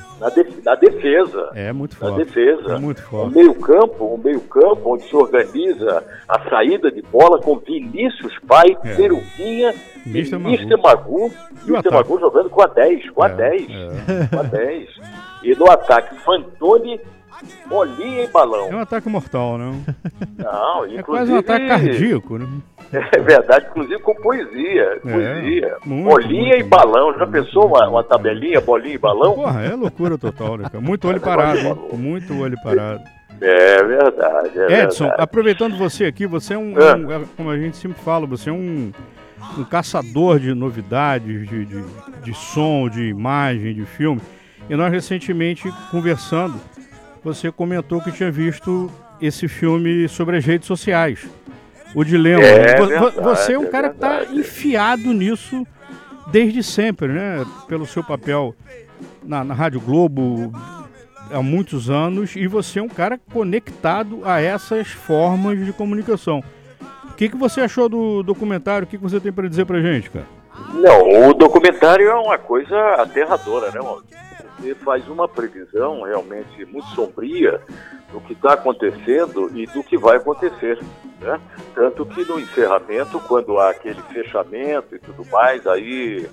Na defesa. É muito Na forte. defesa. É muito Um forte. meio-campo onde se organiza a saída de bola com Vinícius Pai, Peruquinha e Mr. Mr. Magu. E o Mr. ataque? Magu jogando com a 10, com a 10. Com a 10. E no ataque, Fantoni, Bolinha e Balão. É um ataque mortal, né? Não, É inclusive... quase um ataque cardíaco, né? É verdade, inclusive com poesia. Poesia. muito, Bolinha e balão. Já pensou uma tabelinha, bolinha e balão? Porra, é loucura total, né, cara? Muito olho parado, hein? Muito olho parado. É verdade, Edson, verdade. aproveitando você aqui, você é como a gente sempre fala, você é um caçador de novidades, de som, de imagem, de filme. E nós recentemente, conversando, você comentou que tinha visto esse filme sobre as redes sociais. O Dilema. Você é um cara que está enfiado nisso desde sempre, né? Pelo seu papel na Rádio Globo há muitos anos, e você é um cara conectado a essas formas de comunicação. O que você achou do documentário? O que você tem para dizer pra gente, cara? Não, o documentário é uma coisa aterradora, né, Maurício? Você faz uma previsão realmente muito sombria do que está acontecendo e do que vai acontecer, né? Tanto que no encerramento, quando há aquele fechamento e tudo mais, aí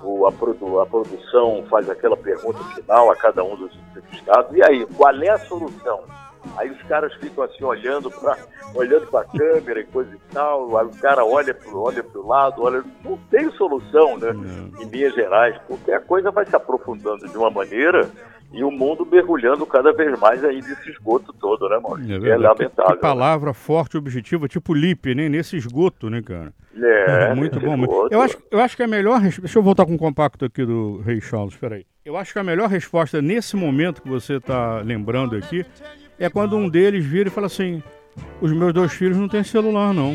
a produção faz aquela pergunta final a cada um dos entrevistados: e aí, qual é a solução? Aí os caras ficam assim olhando para a câmera e coisa e tal, aí o cara olha pro lado, não tem solução, né? Em linhas gerais, porque a coisa vai se aprofundando de uma maneira e o mundo mergulhando cada vez mais aí nesse esgoto todo, né, Maurício? É lamentável. Que palavra forte e objetiva, tipo Lipe, né? Nesse esgoto, né, cara? Muito bom. Eu acho que a melhor... Deixa eu voltar com o compacto aqui do Ray Charles, peraí. Eu acho que a melhor resposta nesse momento que você está lembrando aqui é quando um deles vira e fala assim: os meus 2 filhos não têm celular, não.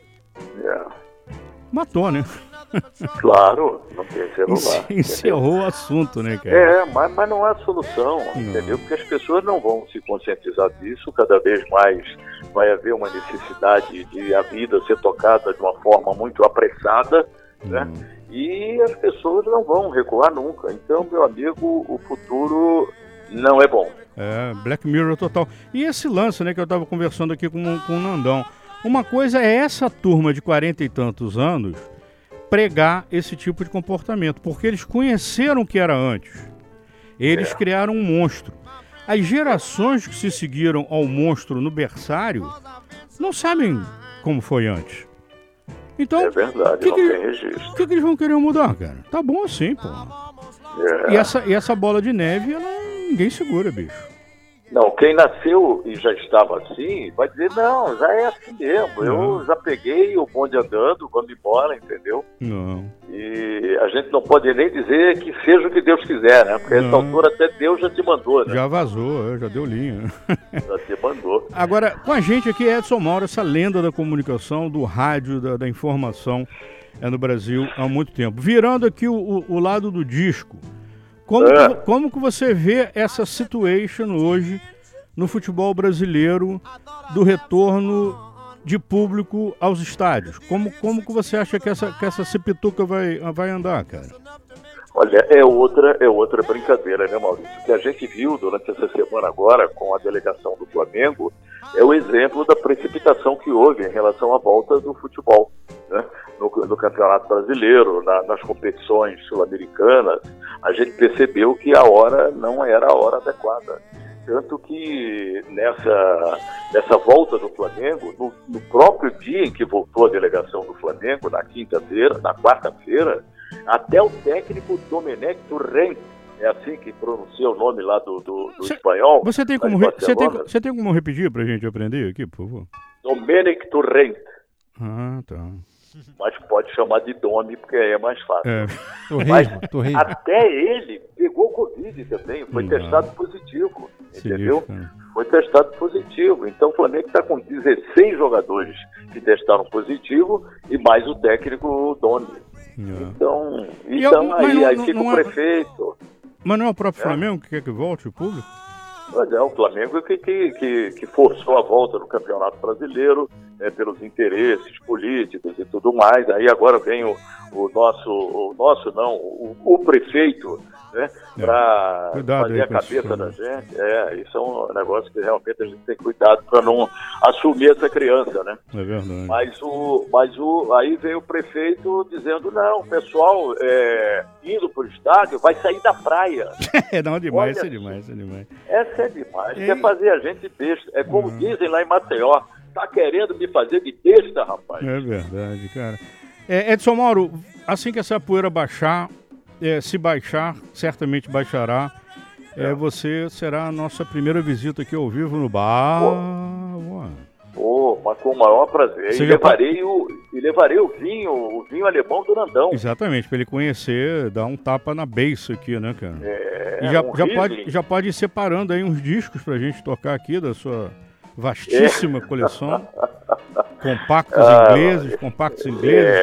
Matou, né? Claro, não tem celular. Encerrou o assunto, né, cara? Mas não há solução, entendeu? Porque as pessoas não vão se conscientizar disso, cada vez mais vai haver uma necessidade de a vida ser tocada de uma forma muito apressada, né? E as pessoas não vão recuar nunca. Então, meu amigo, o futuro não é bom. Black Mirror total. E esse lance, né, que eu estava conversando aqui com o Nandão. Uma coisa é essa turma de 40 e tantos anos pregar esse tipo de comportamento, porque eles conheceram o que era antes. Eles criaram um monstro. As gerações que se seguiram ao monstro no berçário não sabem como foi antes. Então, é verdade, não tem registro. O que eles vão querer mudar, cara? Tá bom assim, pô. E essa bola de neve, ninguém segura, bicho. Não, quem nasceu e já estava assim, vai dizer: não, já é assim mesmo. Eu já peguei o bonde andando, vamos embora, entendeu? Não. E a gente não pode nem dizer que seja o que Deus quiser, né? Porque essa altura até Deus já te mandou, né? Já vazou, já deu linha. Já te mandou. Agora, com a gente aqui é Edson Mauro, essa lenda da comunicação, do rádio, da informação no Brasil há muito tempo. Virando aqui o lado do disco. Como que você vê essa situation hoje no futebol brasileiro do retorno de público aos estádios? Como que você acha que essa cipituca vai andar, cara? Olha, é outra brincadeira, né, Maurício? O que a gente viu durante essa semana agora com a delegação do Flamengo é o exemplo da precipitação que houve em relação à volta do futebol, né? No Campeonato Brasileiro, nas competições sul-americanas, a gente percebeu que a hora não era a hora adequada. Tanto que nessa volta do Flamengo, no próprio dia em que voltou a delegação do Flamengo, na quarta-feira, até o técnico Domenech Torrent, é assim que pronuncia o nome lá do espanhol. Você tem como repetir pra gente aprender aqui, por favor? Domenech Torrent. Ah, tá. Mas pode chamar de Domi, porque aí é mais fácil. Torresmo. Até ele pegou Covid também, foi testado positivo, entendeu? Foi testado positivo. Então o Flamengo está com 16 jogadores que testaram positivo e mais o técnico Domi. Então aí fica o prefeito. Mas não é o próprio Flamengo que quer que volte o público? Mas é o Flamengo que forçou a volta no Campeonato Brasileiro, pelos interesses políticos e tudo mais. Aí agora vem o prefeito, né, para fazer a cabeça da gente. Isso é um negócio que realmente a gente tem cuidado para não assumir essa criança, né? É verdade. Aí veio o prefeito dizendo, não, o pessoal indo para o estádio vai sair da praia. Não, demais, isso é demais. Essa é demais, quer fazer a gente besta. É como dizem lá em Maceió, tá querendo me fazer de besta, rapaz. É verdade, cara. Edson Mauro, assim que essa poeira baixar, se baixar, certamente baixará, você será a nossa primeira visita aqui ao vivo no bar. Mas com o maior prazer. E levarei o vinho alemão do Nandão. Exatamente, para ele conhecer, dar um tapa na beiça aqui, né, cara? Já pode ir separando aí uns discos pra gente tocar aqui da sua vastíssima coleção. Compactos ingleses,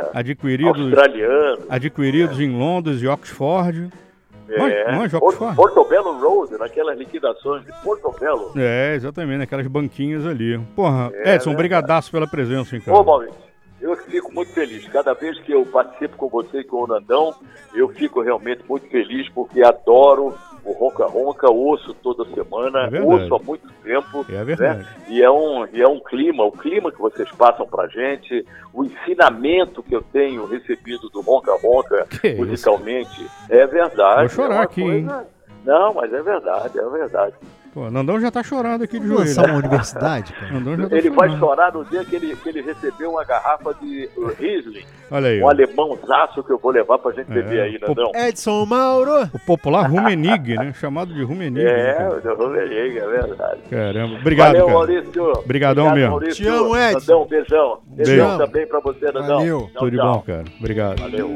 adquiridos em Londres e Oxford. Manja Oxford? Portobello Road, naquelas liquidações de Portobello. Exatamente, naquelas banquinhas ali. Porra, Edson, brigadaço pela presença, hein, cara. Ô, Maurício, eu fico muito feliz. Cada vez que eu participo com você e com o Nandão, eu fico realmente muito feliz, porque adoro o Ronca Ronca, ouço toda semana, ouço há muito tempo. É verdade. Né? E é um clima, o clima que vocês passam pra gente, o ensinamento que eu tenho recebido do Ronca Ronca musicalmente, é verdade. Vou chorar aqui, hein? Não, mas é verdade. Pô, Nandão já tá chorando aqui de joelho. Lançar uma universidade, cara. Ele vai chorar no dia que ele recebeu uma garrafa de Riesling. Olha aí. Um alemãozaço que eu vou levar pra gente beber aí, Nandão. Edson Mauro. O popular Rummenigge, né? Chamado de Rummenigge. O Rummenigge, é verdade. Caramba. Obrigado, Valeu, cara. Maurício. Obrigadão mesmo. Maurício. Te amo, Edson. Nandão, beijão. Beijão também pra você, Nandão. Valeu. Tudo de bom, cara. Obrigado. Valeu.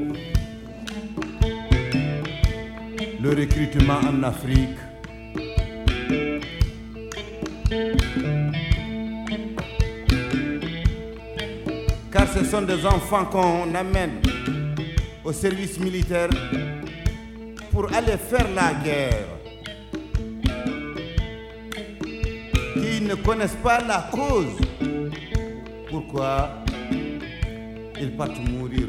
Le recrutement en Afrique. Car ce sont des enfants qu'on amène au service militaire pour aller faire la guerre, qui ne connaissent pas la cause. Pourquoi ils partent mourir.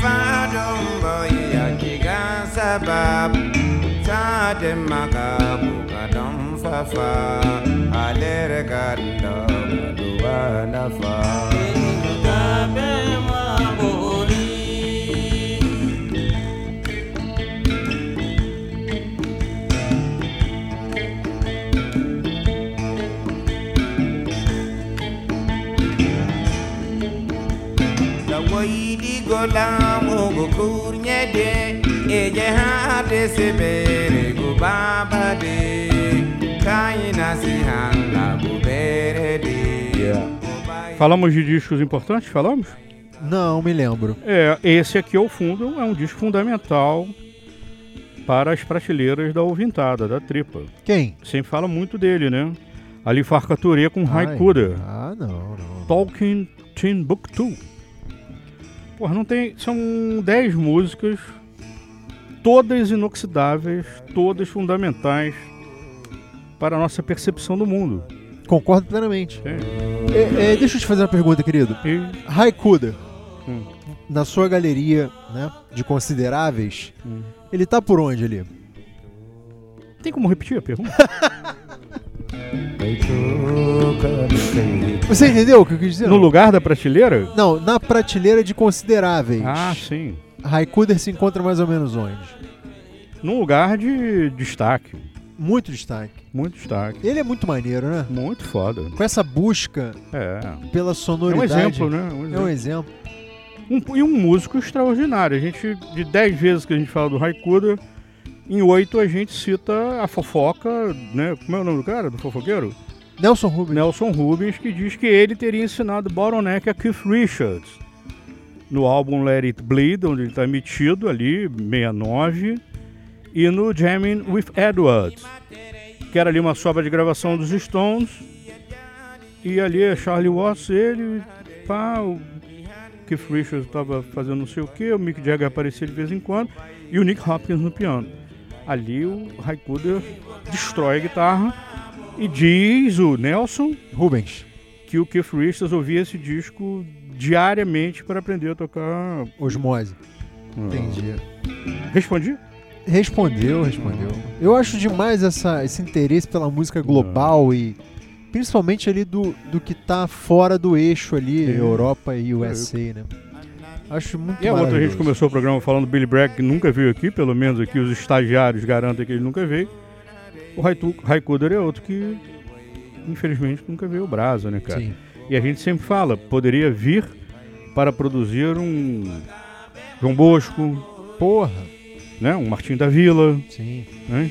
Vadumbo yakiga sabab Tade magabu kadam fafa Alere ganda maduwa nafa Gabe mabori Waidi golamu gukurnye de eje hade sebere gubaba de kaina se hanga bubere de. Falamos de discos importantes? Falamos? Não, me lembro. Esse aqui ao fundo é um disco fundamental para as prateleiras da ouvintada, da tripa. Quem? Sempre fala muito dele, né? Ali Farka Touré com Haikuda. Não. Talking Timbuktu. Porra, não tem... São 10 músicas, todas inoxidáveis, todas fundamentais para a nossa percepção do mundo. Concordo plenamente. Deixa eu te fazer uma pergunta, querido. Haikuda, na sua galeria, né, de consideráveis, ele tá por onde ali? Tem como repetir a pergunta? Você entendeu o que eu quis dizer? No lugar da prateleira? Não, na prateleira de consideráveis. Ah, sim. Haikuda se encontra mais ou menos onde? Num lugar de destaque. Muito destaque. Muito destaque. Ele é muito maneiro, né? Muito foda. Com essa busca pela sonoridade. É um exemplo, né? É um exemplo. E um músico extraordinário. A gente, de 10 vezes que a gente fala do Haikuda, em 8 a gente cita a fofoca, né? Como é o nome do cara, do fofoqueiro? Nelson Rubens. Nelson Rubens, que diz que ele teria ensinado Bottleneck a Keith Richards no álbum Let It Bleed, onde ele está emitido ali, 69, e no Jamming with Edwards, que era ali uma sobra de gravação dos Stones, e ali é Charlie Watts, ele, pá, o Keith Richards estava fazendo não sei o que, o Mick Jagger aparecia de vez em quando, e o Nick Hopkins no piano. Ali o Haikuda destrói a guitarra e diz o Nelson Rubens que o Keith Richards ouvia esse disco diariamente para aprender a tocar osmose. Entendi. Respondi? Respondeu. Eu acho demais esse interesse pela música global e principalmente ali do que tá fora do eixo ali, Europa e USA, né? Acho muito E a outra, a gente começou o programa falando do Billy Bragg, que nunca veio aqui, pelo menos aqui os estagiários garantem que ele nunca veio. O Haikuda é outro que, infelizmente, nunca veio o Brasa, né, cara? Sim. E a gente sempre fala, poderia vir para produzir um João Bosco, porra, né? Um Martinho da Vila. Sim. Né?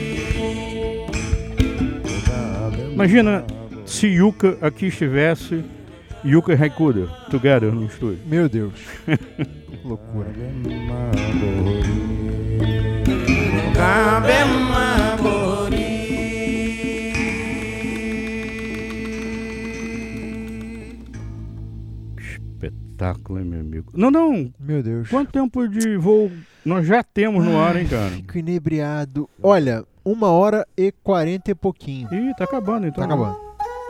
Imagina se Yuka aqui estivesse, Yuka e Haikuda, together no estúdio. Meu Deus. Loucura. Espetáculo, hein, meu amigo? Não. Meu Deus. Quanto tempo de voo nós já temos no ar, hein, cara? Fico inebriado. Olha, 1h40 e pouquinho. Ih, tá acabando então. Tá acabando.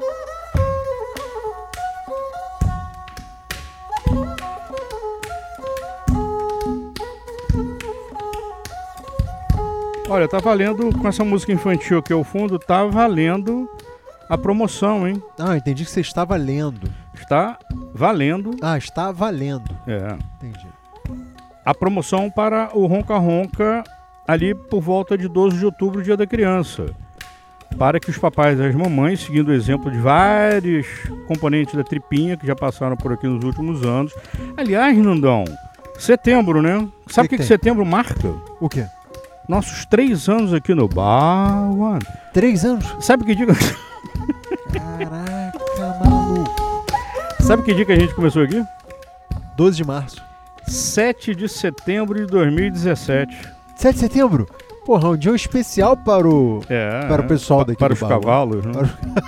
Olha, tá valendo, com essa música infantil aqui ao fundo, tá valendo a promoção, hein? Ah, entendi que você estava lendo. Está valendo. Ah, está valendo. É. Entendi. A promoção para o Ronca Ronca ali por volta de 12 de outubro, Dia da Criança. Para que os papais e as mamães, seguindo o exemplo de vários componentes da tripinha que já passaram por aqui nos últimos anos. Aliás, Nandão, setembro, né? Sabe o que setembro marca? O quê? Nossos 3 anos aqui no Bar One. 3 anos? Sabe que dia? Caraca, maluco. Sabe que dia que a gente começou aqui? 12 de março. 7 de setembro de 2017. 7 de setembro? Porra, um dia especial para o pessoal daqui para do os Bar cavalos, né?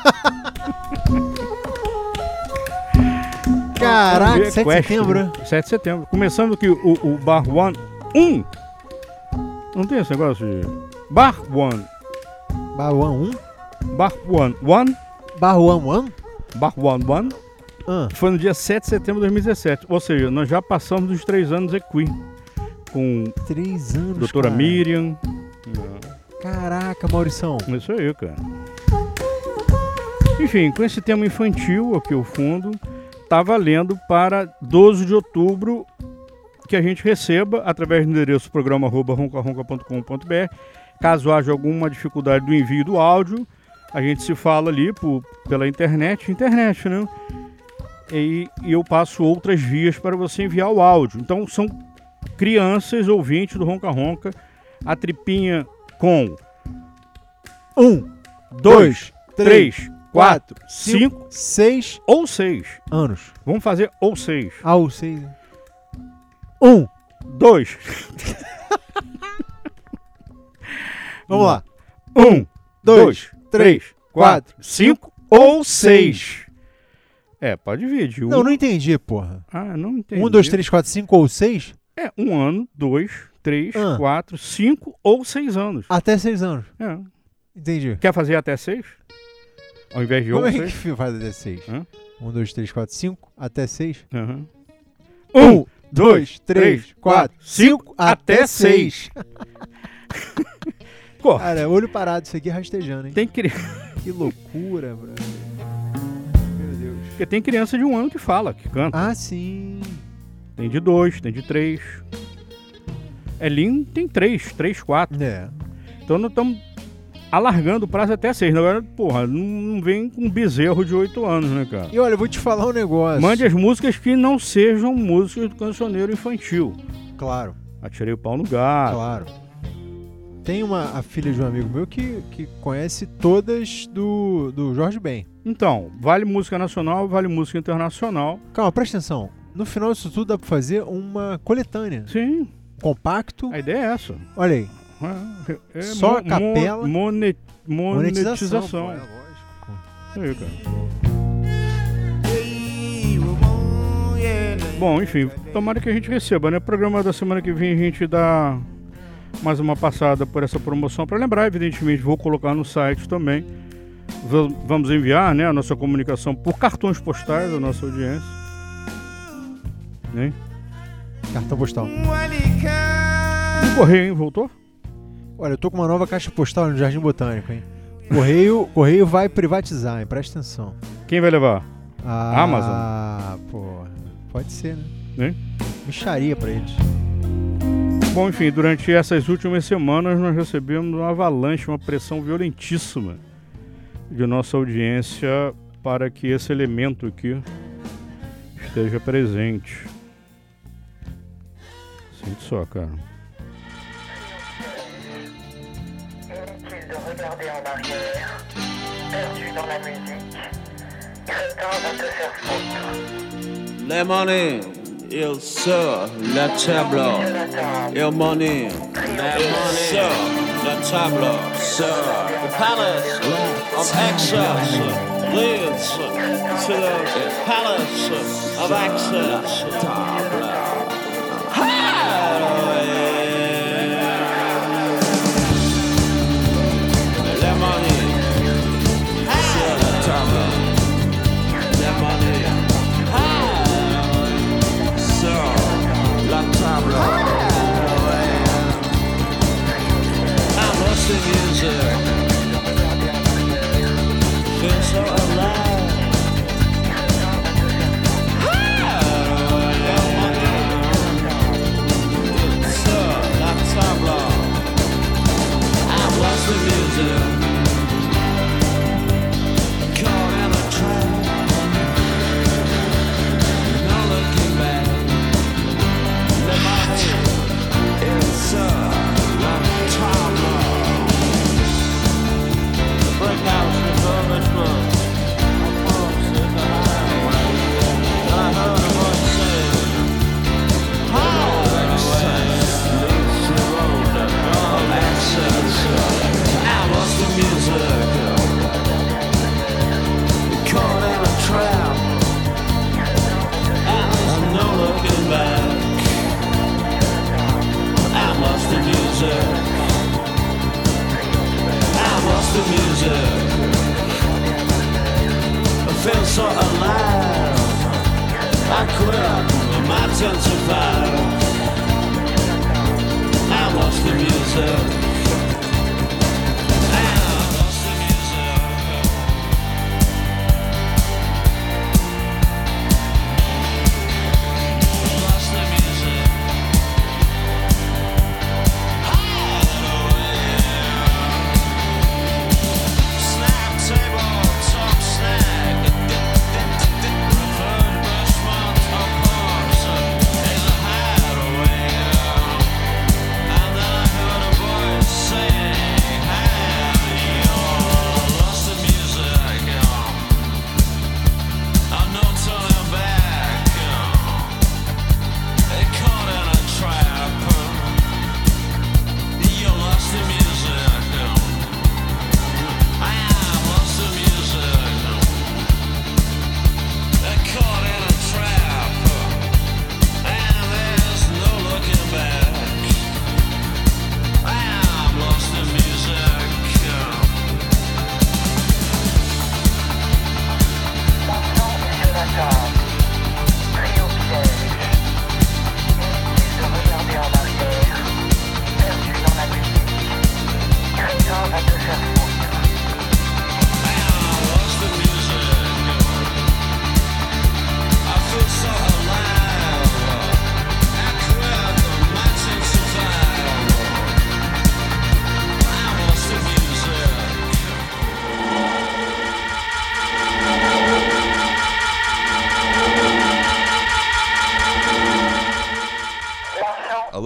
Caraca, 7 de setembro, né? 7 de setembro. Começando que o Bar One 1. Não tem esse negócio de... Bar One. Bar One 1? Bar One 1. Bar One 1? Bar One 1. Foi no dia 7 de setembro de 2017. Ou seja, nós já passamos dos 3 anos aqui. Com 3 anos, doutora cara. Miriam. Caraca, Maurição. Isso aí, cara. Enfim, com esse tema infantil aqui ao fundo, tá valendo para 12 de outubro que a gente receba, através do endereço programa@roncaronca.com.br. Caso haja alguma dificuldade do envio do áudio, a gente se fala ali pela internet, né? E eu passo outras vias para você enviar o áudio. Então são crianças ouvintes do Ronca Ronca, a tripinha com 1, 2, 3, 4, 5, 6 ou 6 anos. Vamos fazer ou 6. Ah, ou 6. 1, 2. Vamos lá. 1, 2, 3, 4, 5 ou 6. Pode vir. Não entendi, porra. Não entendi. 1, 2, 3, 4, 5 ou 6? 1 ano, 2, 3, 4, 5 ou 6 anos. Até 6 anos. Entendi. Quer fazer até 6? Ao invés de Como ou é 6? que faz até 6? 1, 2, 3, 4, 5 até 6? 1, 2, 3, 4, 5 até 6. Cara, olho parado, isso aqui rastejando, hein? Tem que loucura, bro. Meu Deus. Porque tem criança de 1 ano que fala, que canta. Ah, sim. Tem de 2, tem de 3. Elinho tem 3, 4. Então nós estamos alargando o prazo até 6. Agora, porra, não vem com um bezerro de 8 anos, né, cara? E olha, eu vou te falar um negócio. Mande as músicas que não sejam músicas do cancioneiro infantil. Claro. Atirei o pau no gato. Claro. Tem a filha de um amigo meu que conhece todas do Jorge Ben. Então, vale música nacional, vale música internacional. Calma, presta atenção. No final disso tudo dá pra fazer uma coletânea. Sim. Compacto. A ideia é essa. Olha aí. Só a capela. Monetização. Lógico. Isso aí, cara. Bom, enfim, tomara que a gente receba, né? Programa da semana que vem a gente dá mais uma passada por essa promoção para lembrar, evidentemente, vou colocar no site também. Vamos enviar, né, a nossa comunicação por cartões postais da nossa audiência. Né? Cartão postal. O correio, hein? Voltou? Olha, eu tô com uma nova caixa postal no Jardim Botânico, hein? Correio vai privatizar, hein? Presta atenção. Quem vai levar? A Amazon? Porra. Pode ser, né? Né? Micharia pra eles. Bom, enfim, durante essas últimas semanas nós recebemos uma avalanche, uma pressão violentíssima de nossa audiência para que esse elemento aqui esteja presente. Sente só, cara. Inutile de regarder en arrière, perdu dans la musique, crétin va te faire foutre. Le money, il sur la table. Il money, sur la table. Sur the palace of access leads to the palace of access. Le money, sur la table. Le money, sur la table. I'm listening music. Feel so alive.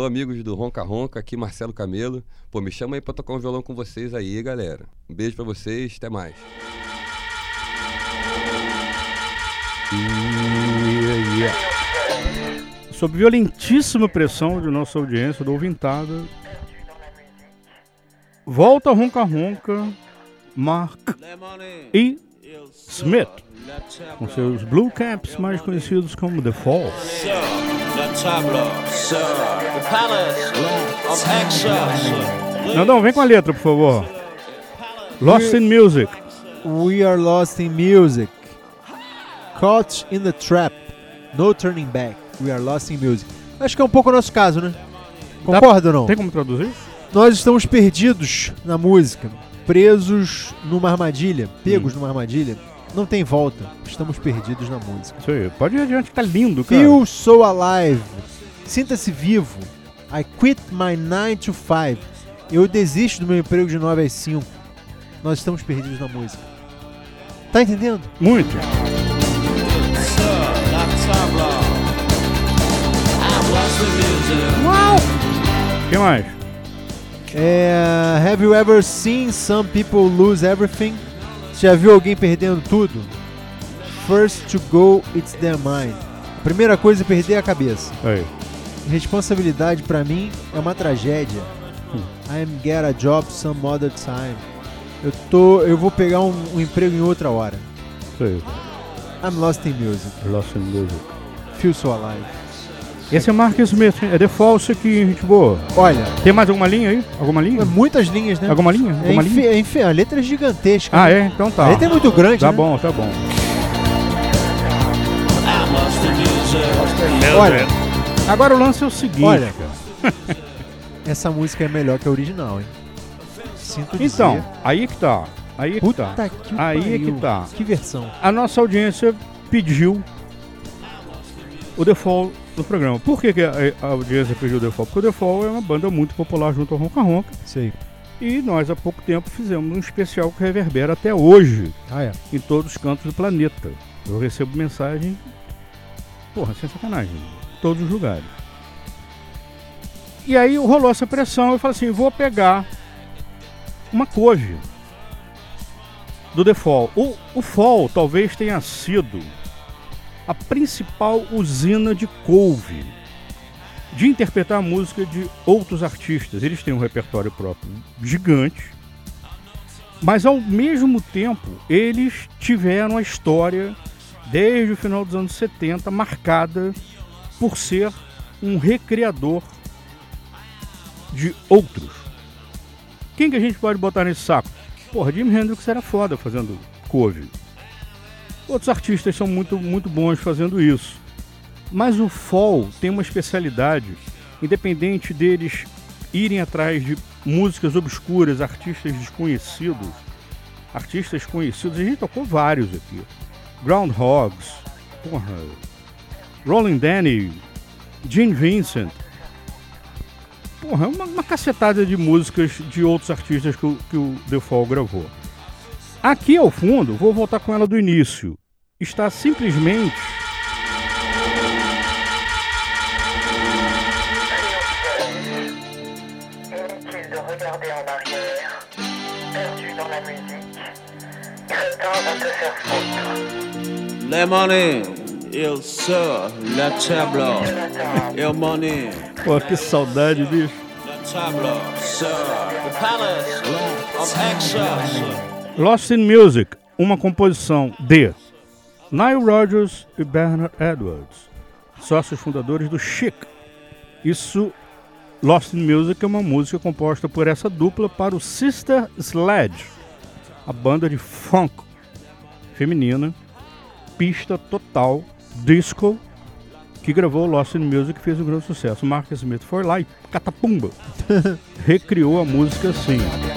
Alô, amigos do Ronca Ronca, aqui Marcelo Camelo. Pô, me chama aí pra tocar um violão com vocês aí, galera. Um beijo pra vocês, até mais. Sob violentíssima pressão de nossa audiência, do ouvintada, volta Ronca Ronca, Mark E. Smith, com seus Blue Caps mais conhecidos como The Fall. Nandão, vem com a letra, por favor. Lost in Music. We are lost in music. Caught in the trap. No turning back. We are lost in music. Acho que é um pouco o nosso caso, né? Concorda ou não? Tem como traduzir? Nós estamos perdidos na música. Presos numa armadilha. Pegos numa armadilha. Não tem volta. Estamos perdidos na música. Isso aí. Pode ir adiante que tá lindo, cara. Feel so alive. Sinta-se vivo. I quit my 9 to 5. Eu desisto do meu emprego de 9 às 5. Nós estamos perdidos na música. Tá entendendo? Muito. Uau! O que mais? Have you ever seen some people lose everything? Você já viu alguém perdendo tudo? First to go, it's their mind. A primeira coisa é perder a cabeça. Aí. Responsabilidade pra mim é uma tragédia. I'm get a job some other time. Eu vou pegar um emprego em outra hora. Isso aí. I'm lost in music. Lost in Music. Feel so alive. Esse é Mark Smith, é The Fall isso aqui, gente boa. Olha. Tem mais alguma linha aí? Alguma linha? Muitas linhas, né? Alguma linha? Alguma linha? A letra é gigantesca. Ah, né? é? Então tá. A letra é muito grande, tá né? Bom, tá bom. Olha. Agora o lance é o seguinte. Olha, essa música é melhor que a original, hein? Sinto dizer. Então, aí que tá. Aí que Puta tá. que Aí é pariu. que tá. Que versão. A nossa audiência pediu o The Fall no programa. Por que a audiência pediu o The Fall? Porque o The Fall é uma banda muito popular junto ao Ronca Ronca. Sei. E nós há pouco tempo fizemos um especial que reverbera até hoje em todos os cantos do planeta. Eu recebo mensagem, porra, sem sacanagem, em todos os lugares. E aí rolou essa pressão, eu falei assim, vou pegar uma couve do The Fall. O Fall talvez tenha sido a principal usina de couve de interpretar a música de outros artistas. Eles têm um repertório próprio gigante, mas ao mesmo tempo eles tiveram a história desde o final dos anos 70 marcada por ser um recriador de outros. Quem que a gente pode botar nesse saco? Porra, Jimi Hendrix era foda fazendo cover. Outros artistas são muito bons fazendo isso. Mas o Fall tem uma especialidade, independente deles irem atrás de músicas obscuras, artistas desconhecidos. Artistas conhecidos, a gente tocou vários aqui. Groundhogs, porra, Rolling Danny, Gene Vincent. Porra, é uma cacetada de músicas de outros artistas que o The Fall gravou. Aqui ao fundo, vou voltar com ela do início. Está simplesmente... Inutile de regarder en arrière, perdu dans la musique, crétin va te faire foutre. Le money, il sort la table. Il money. Pô, que saudade, bicho. La table, sir. The palace of excess. Lost in Music, uma composição de Nile Rodgers e Bernard Edwards, sócios fundadores do Chic. Isso, Lost in Music é uma música composta por essa dupla para o Sister Sledge, a banda de funk feminina, pista total, disco, que gravou Lost in Music e fez um grande sucesso. Mark Smith foi lá e catapumba, recriou a música assim.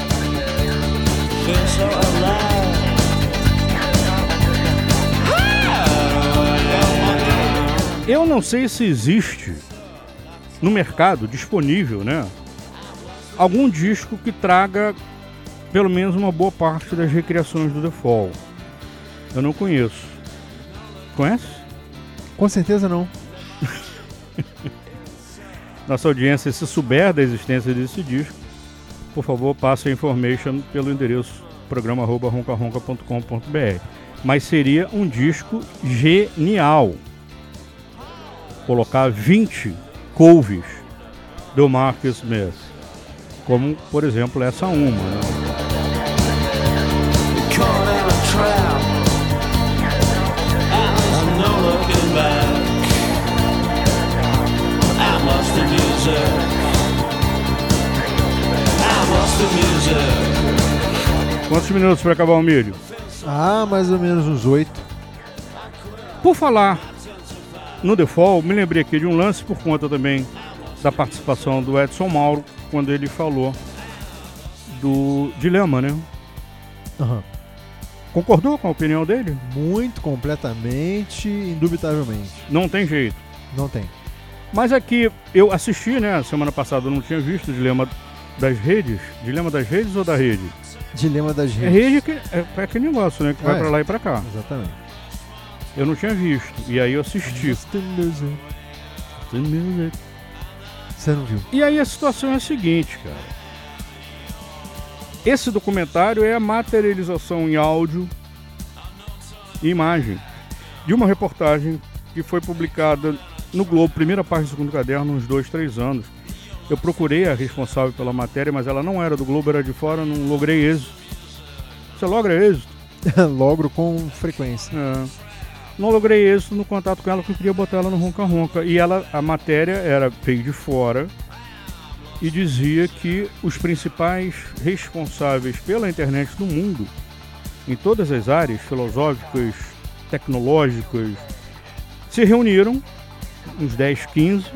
Eu não sei se existe no mercado disponível, né, algum disco que traga pelo menos uma boa parte das recriações do The Fall. Eu não conheço. Conhece? Com certeza não. nossa audiência, se souber da existência desse disco, por favor, passe a information pelo endereço programa@roncaronca.com.br. Mas seria um disco genial colocar 20 covers do Marcus Smith, como, por exemplo, essa uma, né? Quantos minutos para acabar o milho? Mais ou menos uns 8. Por falar no The Fall, me lembrei aqui de um lance por conta também da participação do Edson Mauro, quando ele falou do Dilema, né? Uhum. Concordou com a opinião dele? Muito, completamente, indubitavelmente. Não tem jeito. Não tem. Mas aqui, eu assisti, né? Semana passada eu não tinha visto o Dilema das Redes. Dilema das Redes ou da Rede? Dilema das Redes. Rede é aquele negócio, né? Que vai pra lá e pra cá. Exatamente. Eu não tinha visto. E aí eu assisti. Você não viu? E aí a situação é a seguinte, cara. Esse documentário é a materialização em áudio e imagem de uma reportagem que foi publicada no Globo, primeira parte do segundo caderno, uns 2, 3 anos. Eu procurei a responsável pela matéria, mas ela não era do Globo, era de fora, não logrei êxito. Você logra êxito? Logro com frequência. Não logrei êxito no contato com ela, porque eu queria botar ela no Ronca Ronca. E a matéria veio de fora e dizia que os principais responsáveis pela internet no mundo, em todas as áreas filosóficas, tecnológicas, se reuniram, uns 10, 15,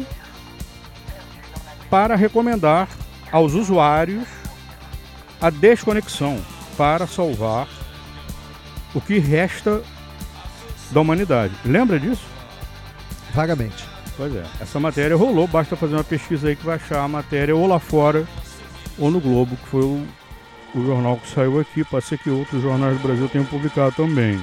para recomendar aos usuários a desconexão para salvar o que resta da humanidade. Lembra disso? Vagamente. Pois é. Essa matéria rolou, basta fazer uma pesquisa aí que vai achar a matéria ou lá fora ou no Globo, que foi o jornal que saiu aqui. Pode ser que outros jornais do Brasil tenham publicado também.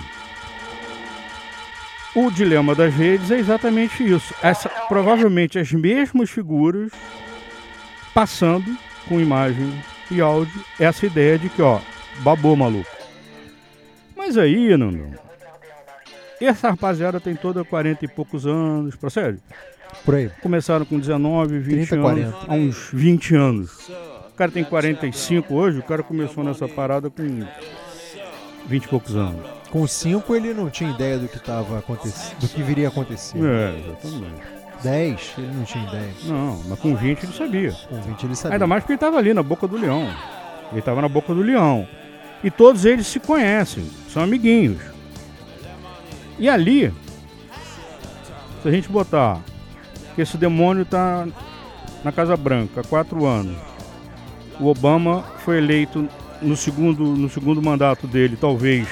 O Dilema das Redes é exatamente isso. Provavelmente as mesmas figuras passando com imagem e áudio essa ideia de que, babou, maluco. Mas aí, não. Essa rapaziada tem toda 40 e poucos anos, procede? Por aí. Começaram com 19, 20 30, anos, 40. há uns 20 anos. O cara tem 45 hoje, o cara começou nessa parada com 20 e poucos anos. Com 5 ele não tinha ideia do que estava acontecendo, do que viria a acontecer. Exatamente. 10, ele não tinha ideia. Não, mas com 20 ele sabia. Com 20 ele sabia. Ainda mais porque ele estava ali na boca do leão. Ele estava na boca do leão. E todos eles se conhecem, são amiguinhos. E ali, se a gente botar que esse demônio está na Casa Branca há 4 anos, o Obama foi eleito no segundo mandato dele, talvez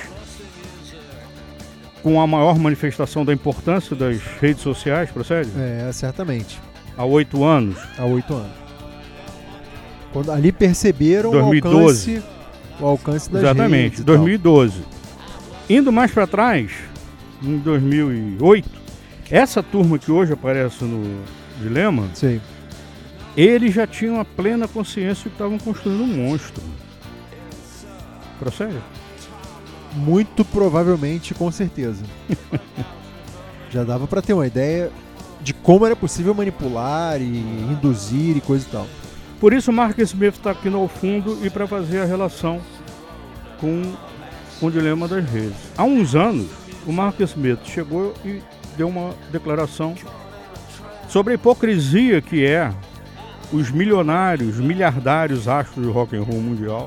com a maior manifestação da importância das redes sociais, procede? Certamente. Há 8 anos? Há 8 anos. Quando ali perceberam 2012. o alcance das Exatamente, redes. 2012. Indo mais para trás, em 2008, essa turma que hoje aparece no Dilema, sim, eles já tinham a plena consciência de que estavam construindo um monstro. Procede? Muito provavelmente, com certeza. Já dava para ter uma ideia de como era possível manipular e induzir e coisa e tal. Por isso o Marcus Smith está aqui no fundo e para fazer a relação com o Dilema das Redes. Há uns anos, o Marcus Smith chegou e deu uma declaração sobre a hipocrisia que é os milionários, miliardários astros do rock and roll mundial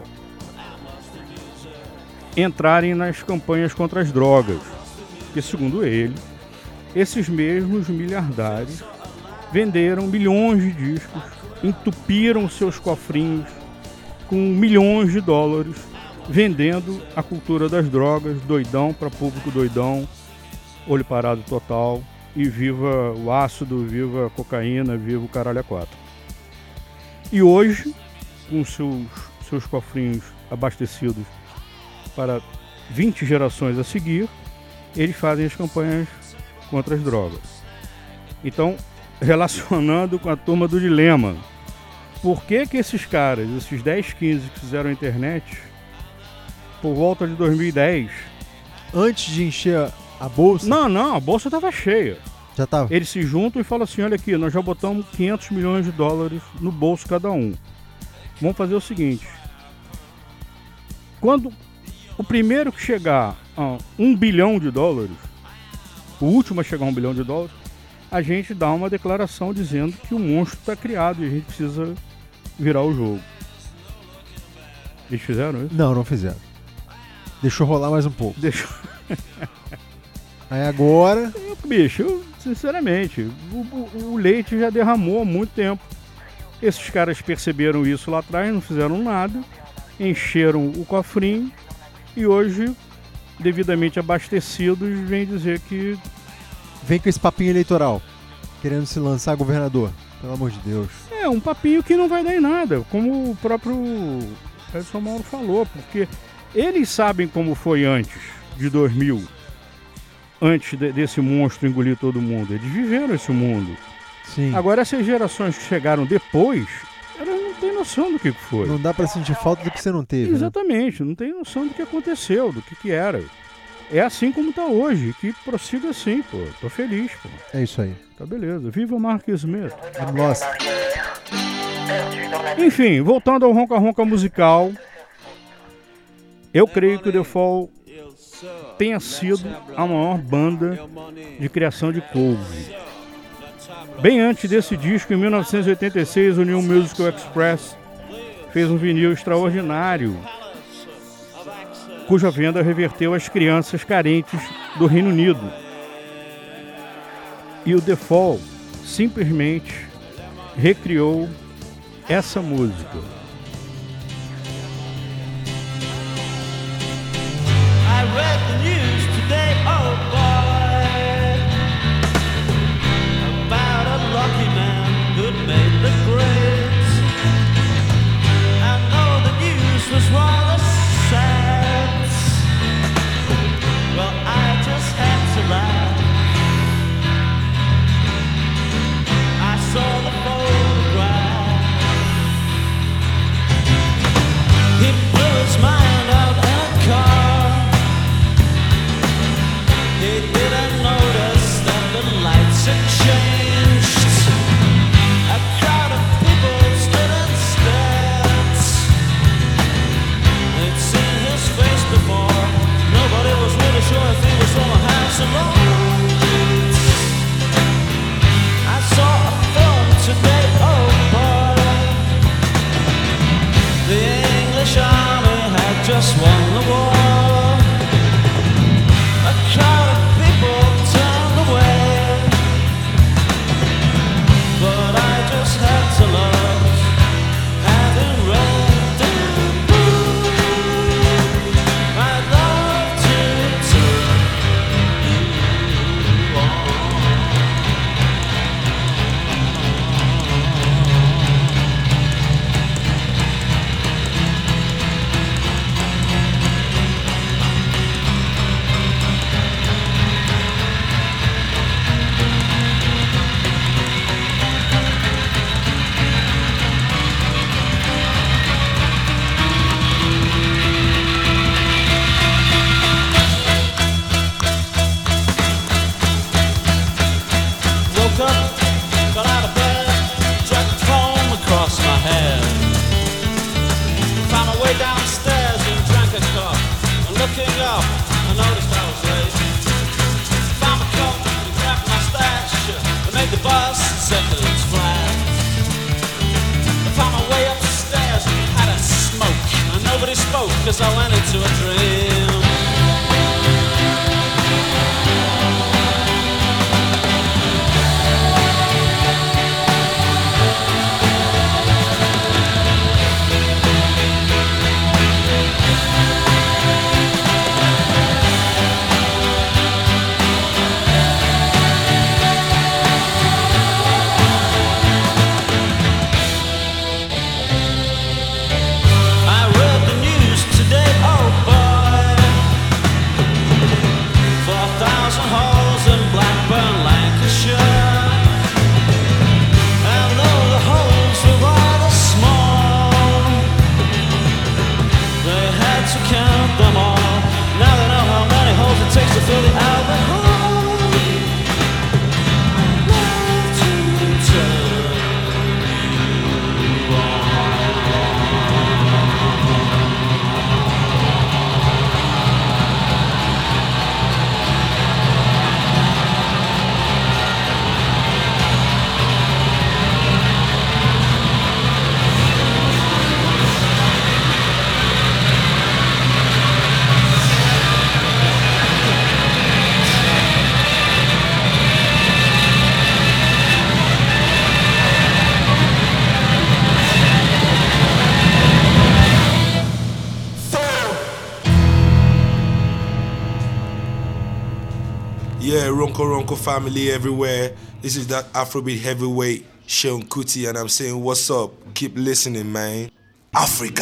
entrarem nas campanhas contra as drogas. Porque, segundo ele, esses mesmos miliardários venderam milhões de discos, entupiram seus cofrinhos com milhões de dólares, vendendo a cultura das drogas, doidão para público doidão, olho parado total, e viva o ácido, viva a cocaína, viva o caralho a 4. E hoje, com seus cofrinhos abastecidos para 20 gerações a seguir, eles fazem as campanhas contra as drogas. Então, relacionando com a turma do Dilema. Por que que esses caras, esses 10, 15 que fizeram a internet, por volta de 2010... Antes de encher a bolsa? Não, a bolsa estava cheia. Já estava? Eles se juntam e falam assim, olha aqui, nós já botamos 500 milhões de dólares no bolso cada um. Vamos fazer o seguinte. Quando o primeiro que chegar a $1 bilhão, o último a chegar a $1 bilhão, a gente dá uma declaração dizendo que o monstro está criado e a gente precisa virar o jogo. Eles fizeram isso? Não fizeram. Deixou rolar mais um pouco. Deixou. Aí agora... Bicho, sinceramente, o leite já derramou há muito tempo. Esses caras perceberam isso lá atrás, não fizeram nada, encheram o cofrinho e hoje, devidamente abastecidos, vem dizer que... Vem com esse papinho eleitoral, querendo se lançar governador, pelo amor de Deus. É, um papinho que não vai dar em nada, como o próprio Edson Mauro falou, porque eles sabem como foi antes de 2000, antes desse monstro engolir todo mundo. Eles viveram esse mundo. Sim. Agora, essas gerações que chegaram depois, elas não têm noção do que foi. Não dá pra sentir falta do que você não teve. Exatamente, né? Não tem noção do que aconteceu, do que era. É assim como tá hoje, que prossiga assim, pô. Tô feliz, pô. É isso aí. Tá beleza. Viva Mark Smith. Nossa. Enfim, voltando ao Ronca Ronca musical, eu creio que o The Fall tenha sido a maior banda de criação de cover. Bem antes desse disco, em 1986, o New Musical Express fez um vinil extraordinário, cuja venda reverteu as crianças carentes do Reino Unido. E o The Fall simplesmente recriou essa música. I read the news today, oh boy, about a lucky man who'd made the grades. I know the news was rather sad. Well, I just had to laugh. I saw the photograph. He blew his mind out in a car. He didn't notice that the lights had changed. A crowd of people stood and stared. They'd seen his face before. Nobody was really sure if he was from a house alone. I saw a film today, oh boy. The English army had just won the war. A crowd of people turned away, but I just had to love having read the book. I'd love to take you on. Woke up, got out of bed, dragged the comb across my head. Found my way downstairs and drank a cup. And looking up, I noticed I was late. Found my coat and grabbed my stash. I made the bus seconds flat. I found my way upstairs and had a smoke. And nobody spoke cause I went into a dream. I read the news today, oh boy. Yeah, Ronco Ronco family everywhere. This is that Afrobeat heavyweight, Sean Kuti, and I'm saying, what's up? Keep listening, man. Africa.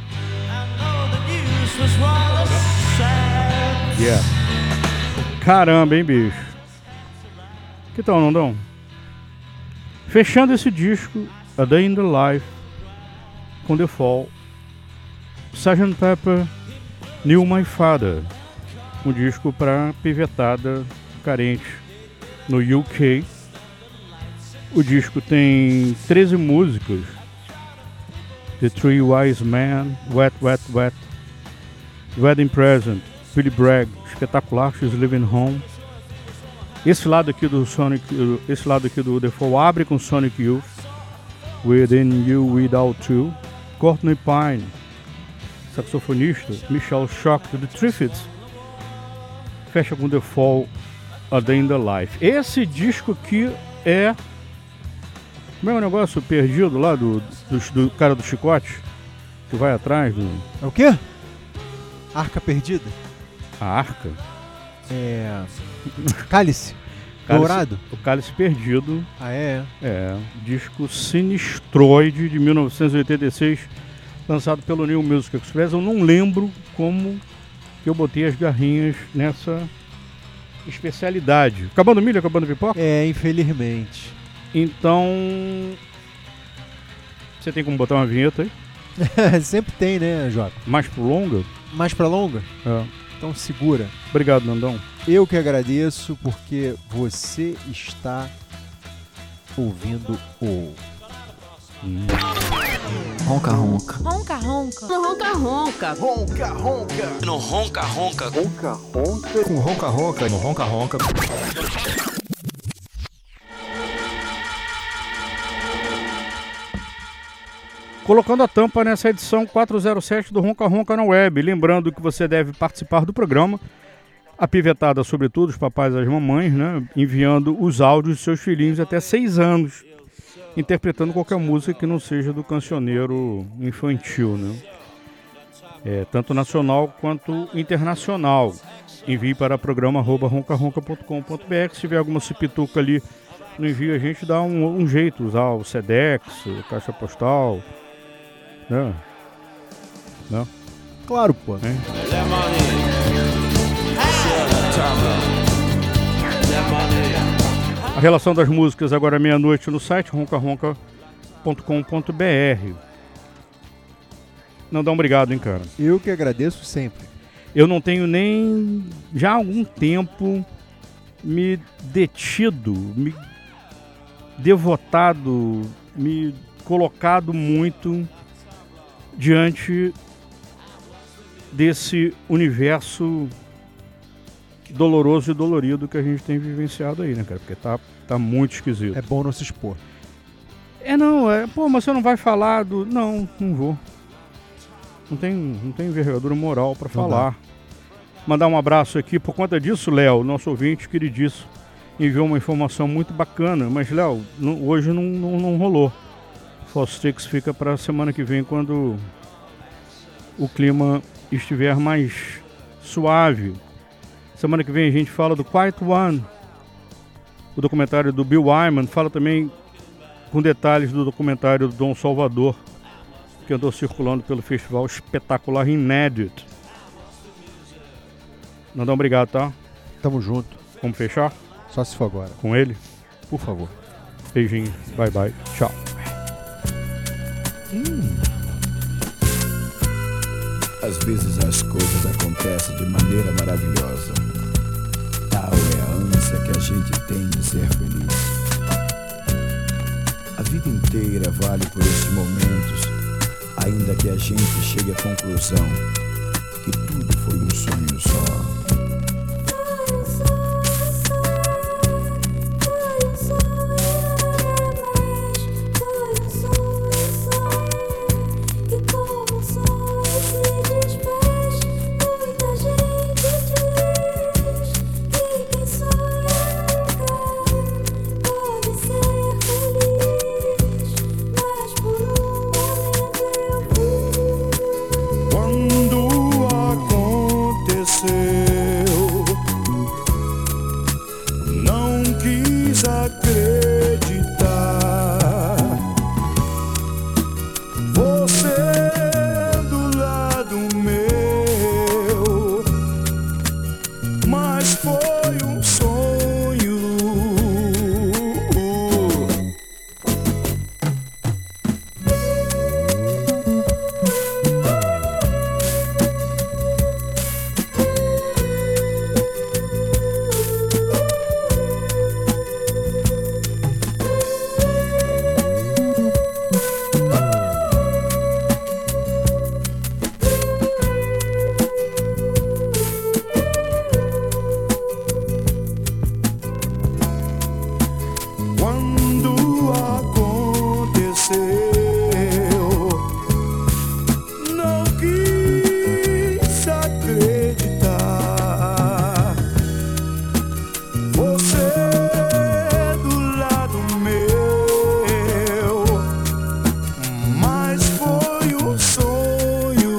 Yeah. Caramba, hein, bicho? Que tal, Nandão? Fechando esse disco, A Day in the Life, com The Fall, Sgt. Pepper, Knew My Father, um disco pra pivetada carente no UK. O disco tem 13 músicas. The Three Wise Men, Wet, Wet, Wet, Wedding Present, Billy Bragg, espetacular, She's Living Home. Esse lado aqui do The Fall abre com Sonic Youth, Within You, Without You, Courtney Pine, saxofonista, Michelle Shock, The Triffids, fecha com The Fall, A Day in the Life. Esse disco aqui é... Como é o negócio perdido lá do cara do chicote? Que vai atrás do... É o quê? Arca perdida? A arca? É... Cálice. Dourado? O Cálice Perdido. Ah, é? É. Disco Sinistroid de 1986, lançado pelo New Music Express. Eu não lembro como que eu botei as garrinhas nessa especialidade. Acabando milho, acabando pipoca? É, infelizmente. Então... Você tem como botar uma vinheta aí? Sempre tem, né, Jota? Mais pro longa? Mais pra longa? É. Então segura. Obrigado, Nandão. Eu que agradeço porque você está ouvindo o... Ronca Ronca. Ronca Ronca. No Ronca Ronca. Ronca Ronca. No Ronca Ronca. Ronca Ronca. Com Ronca Ronca. No Ronca Ronca. Colocando a tampa nessa edição 407 do Ronca Ronca na web. Lembrando que você deve participar do programa, a pivetada, sobretudo, os papais e as mamães, né? Enviando os áudios de seus filhinhos até 6 anos, interpretando qualquer música que não seja do cancioneiro infantil, né? Tanto nacional quanto internacional. Envie para programa@roncaronca.com.br. Se tiver alguma cipituca ali no envio, a gente dá um jeito, usar o Sedex, caixa postal, né? Não? Claro, pô. A relação das músicas agora é meia-noite no site roncaronca.com.br. Não dá um obrigado, hein, cara? Eu que agradeço sempre. Eu não tenho nem, já há algum tempo, me detido, me devotado, me colocado muito diante desse universo doloroso e dolorido que a gente tem vivenciado aí, né, cara? Porque tá muito esquisito. É bom não se expor. Pô, mas você não vai falar do... Não vou. Não tem envergadura moral pra falar. Dá. Mandar um abraço aqui. Por conta disso, Léo, nosso ouvinte queridíssimo, enviou uma informação muito bacana. Mas, Léo, hoje não rolou. Falstrix fica pra semana que vem, quando o clima estiver mais suave. Semana que vem a gente fala do Quiet One, o documentário do Bill Wyman. Fala também com detalhes do documentário do Dom Salvador, que andou circulando pelo festival espetacular Inédito. Nandão, obrigado, tá? Tamo junto. Vamos fechar? Só se for agora. Com ele? Por favor. Beijinho. Bye, bye. Tchau. Às vezes as coisas acontecem de maneira maravilhosa. Tal é a ânsia que a gente tem de ser feliz. A vida inteira vale por esses momentos, ainda que a gente chegue à conclusão que tudo foi um sonho só. Quando aconteceu mas foi um sonho. Quando aconteceu, não quis acreditar. Você do lado meu, mas foi um sonho.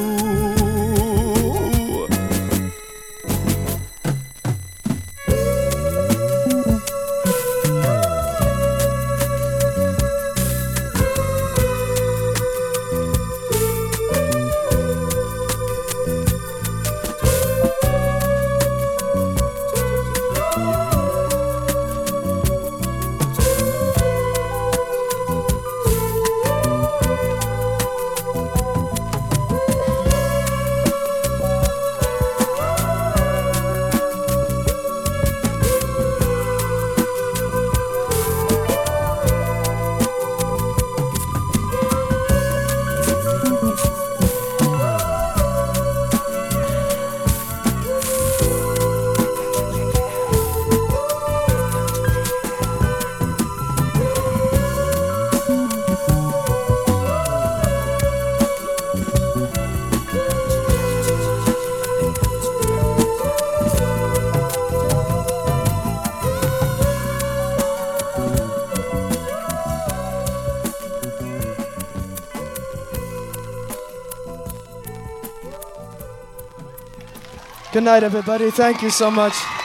Good night, everybody. Thank you so much.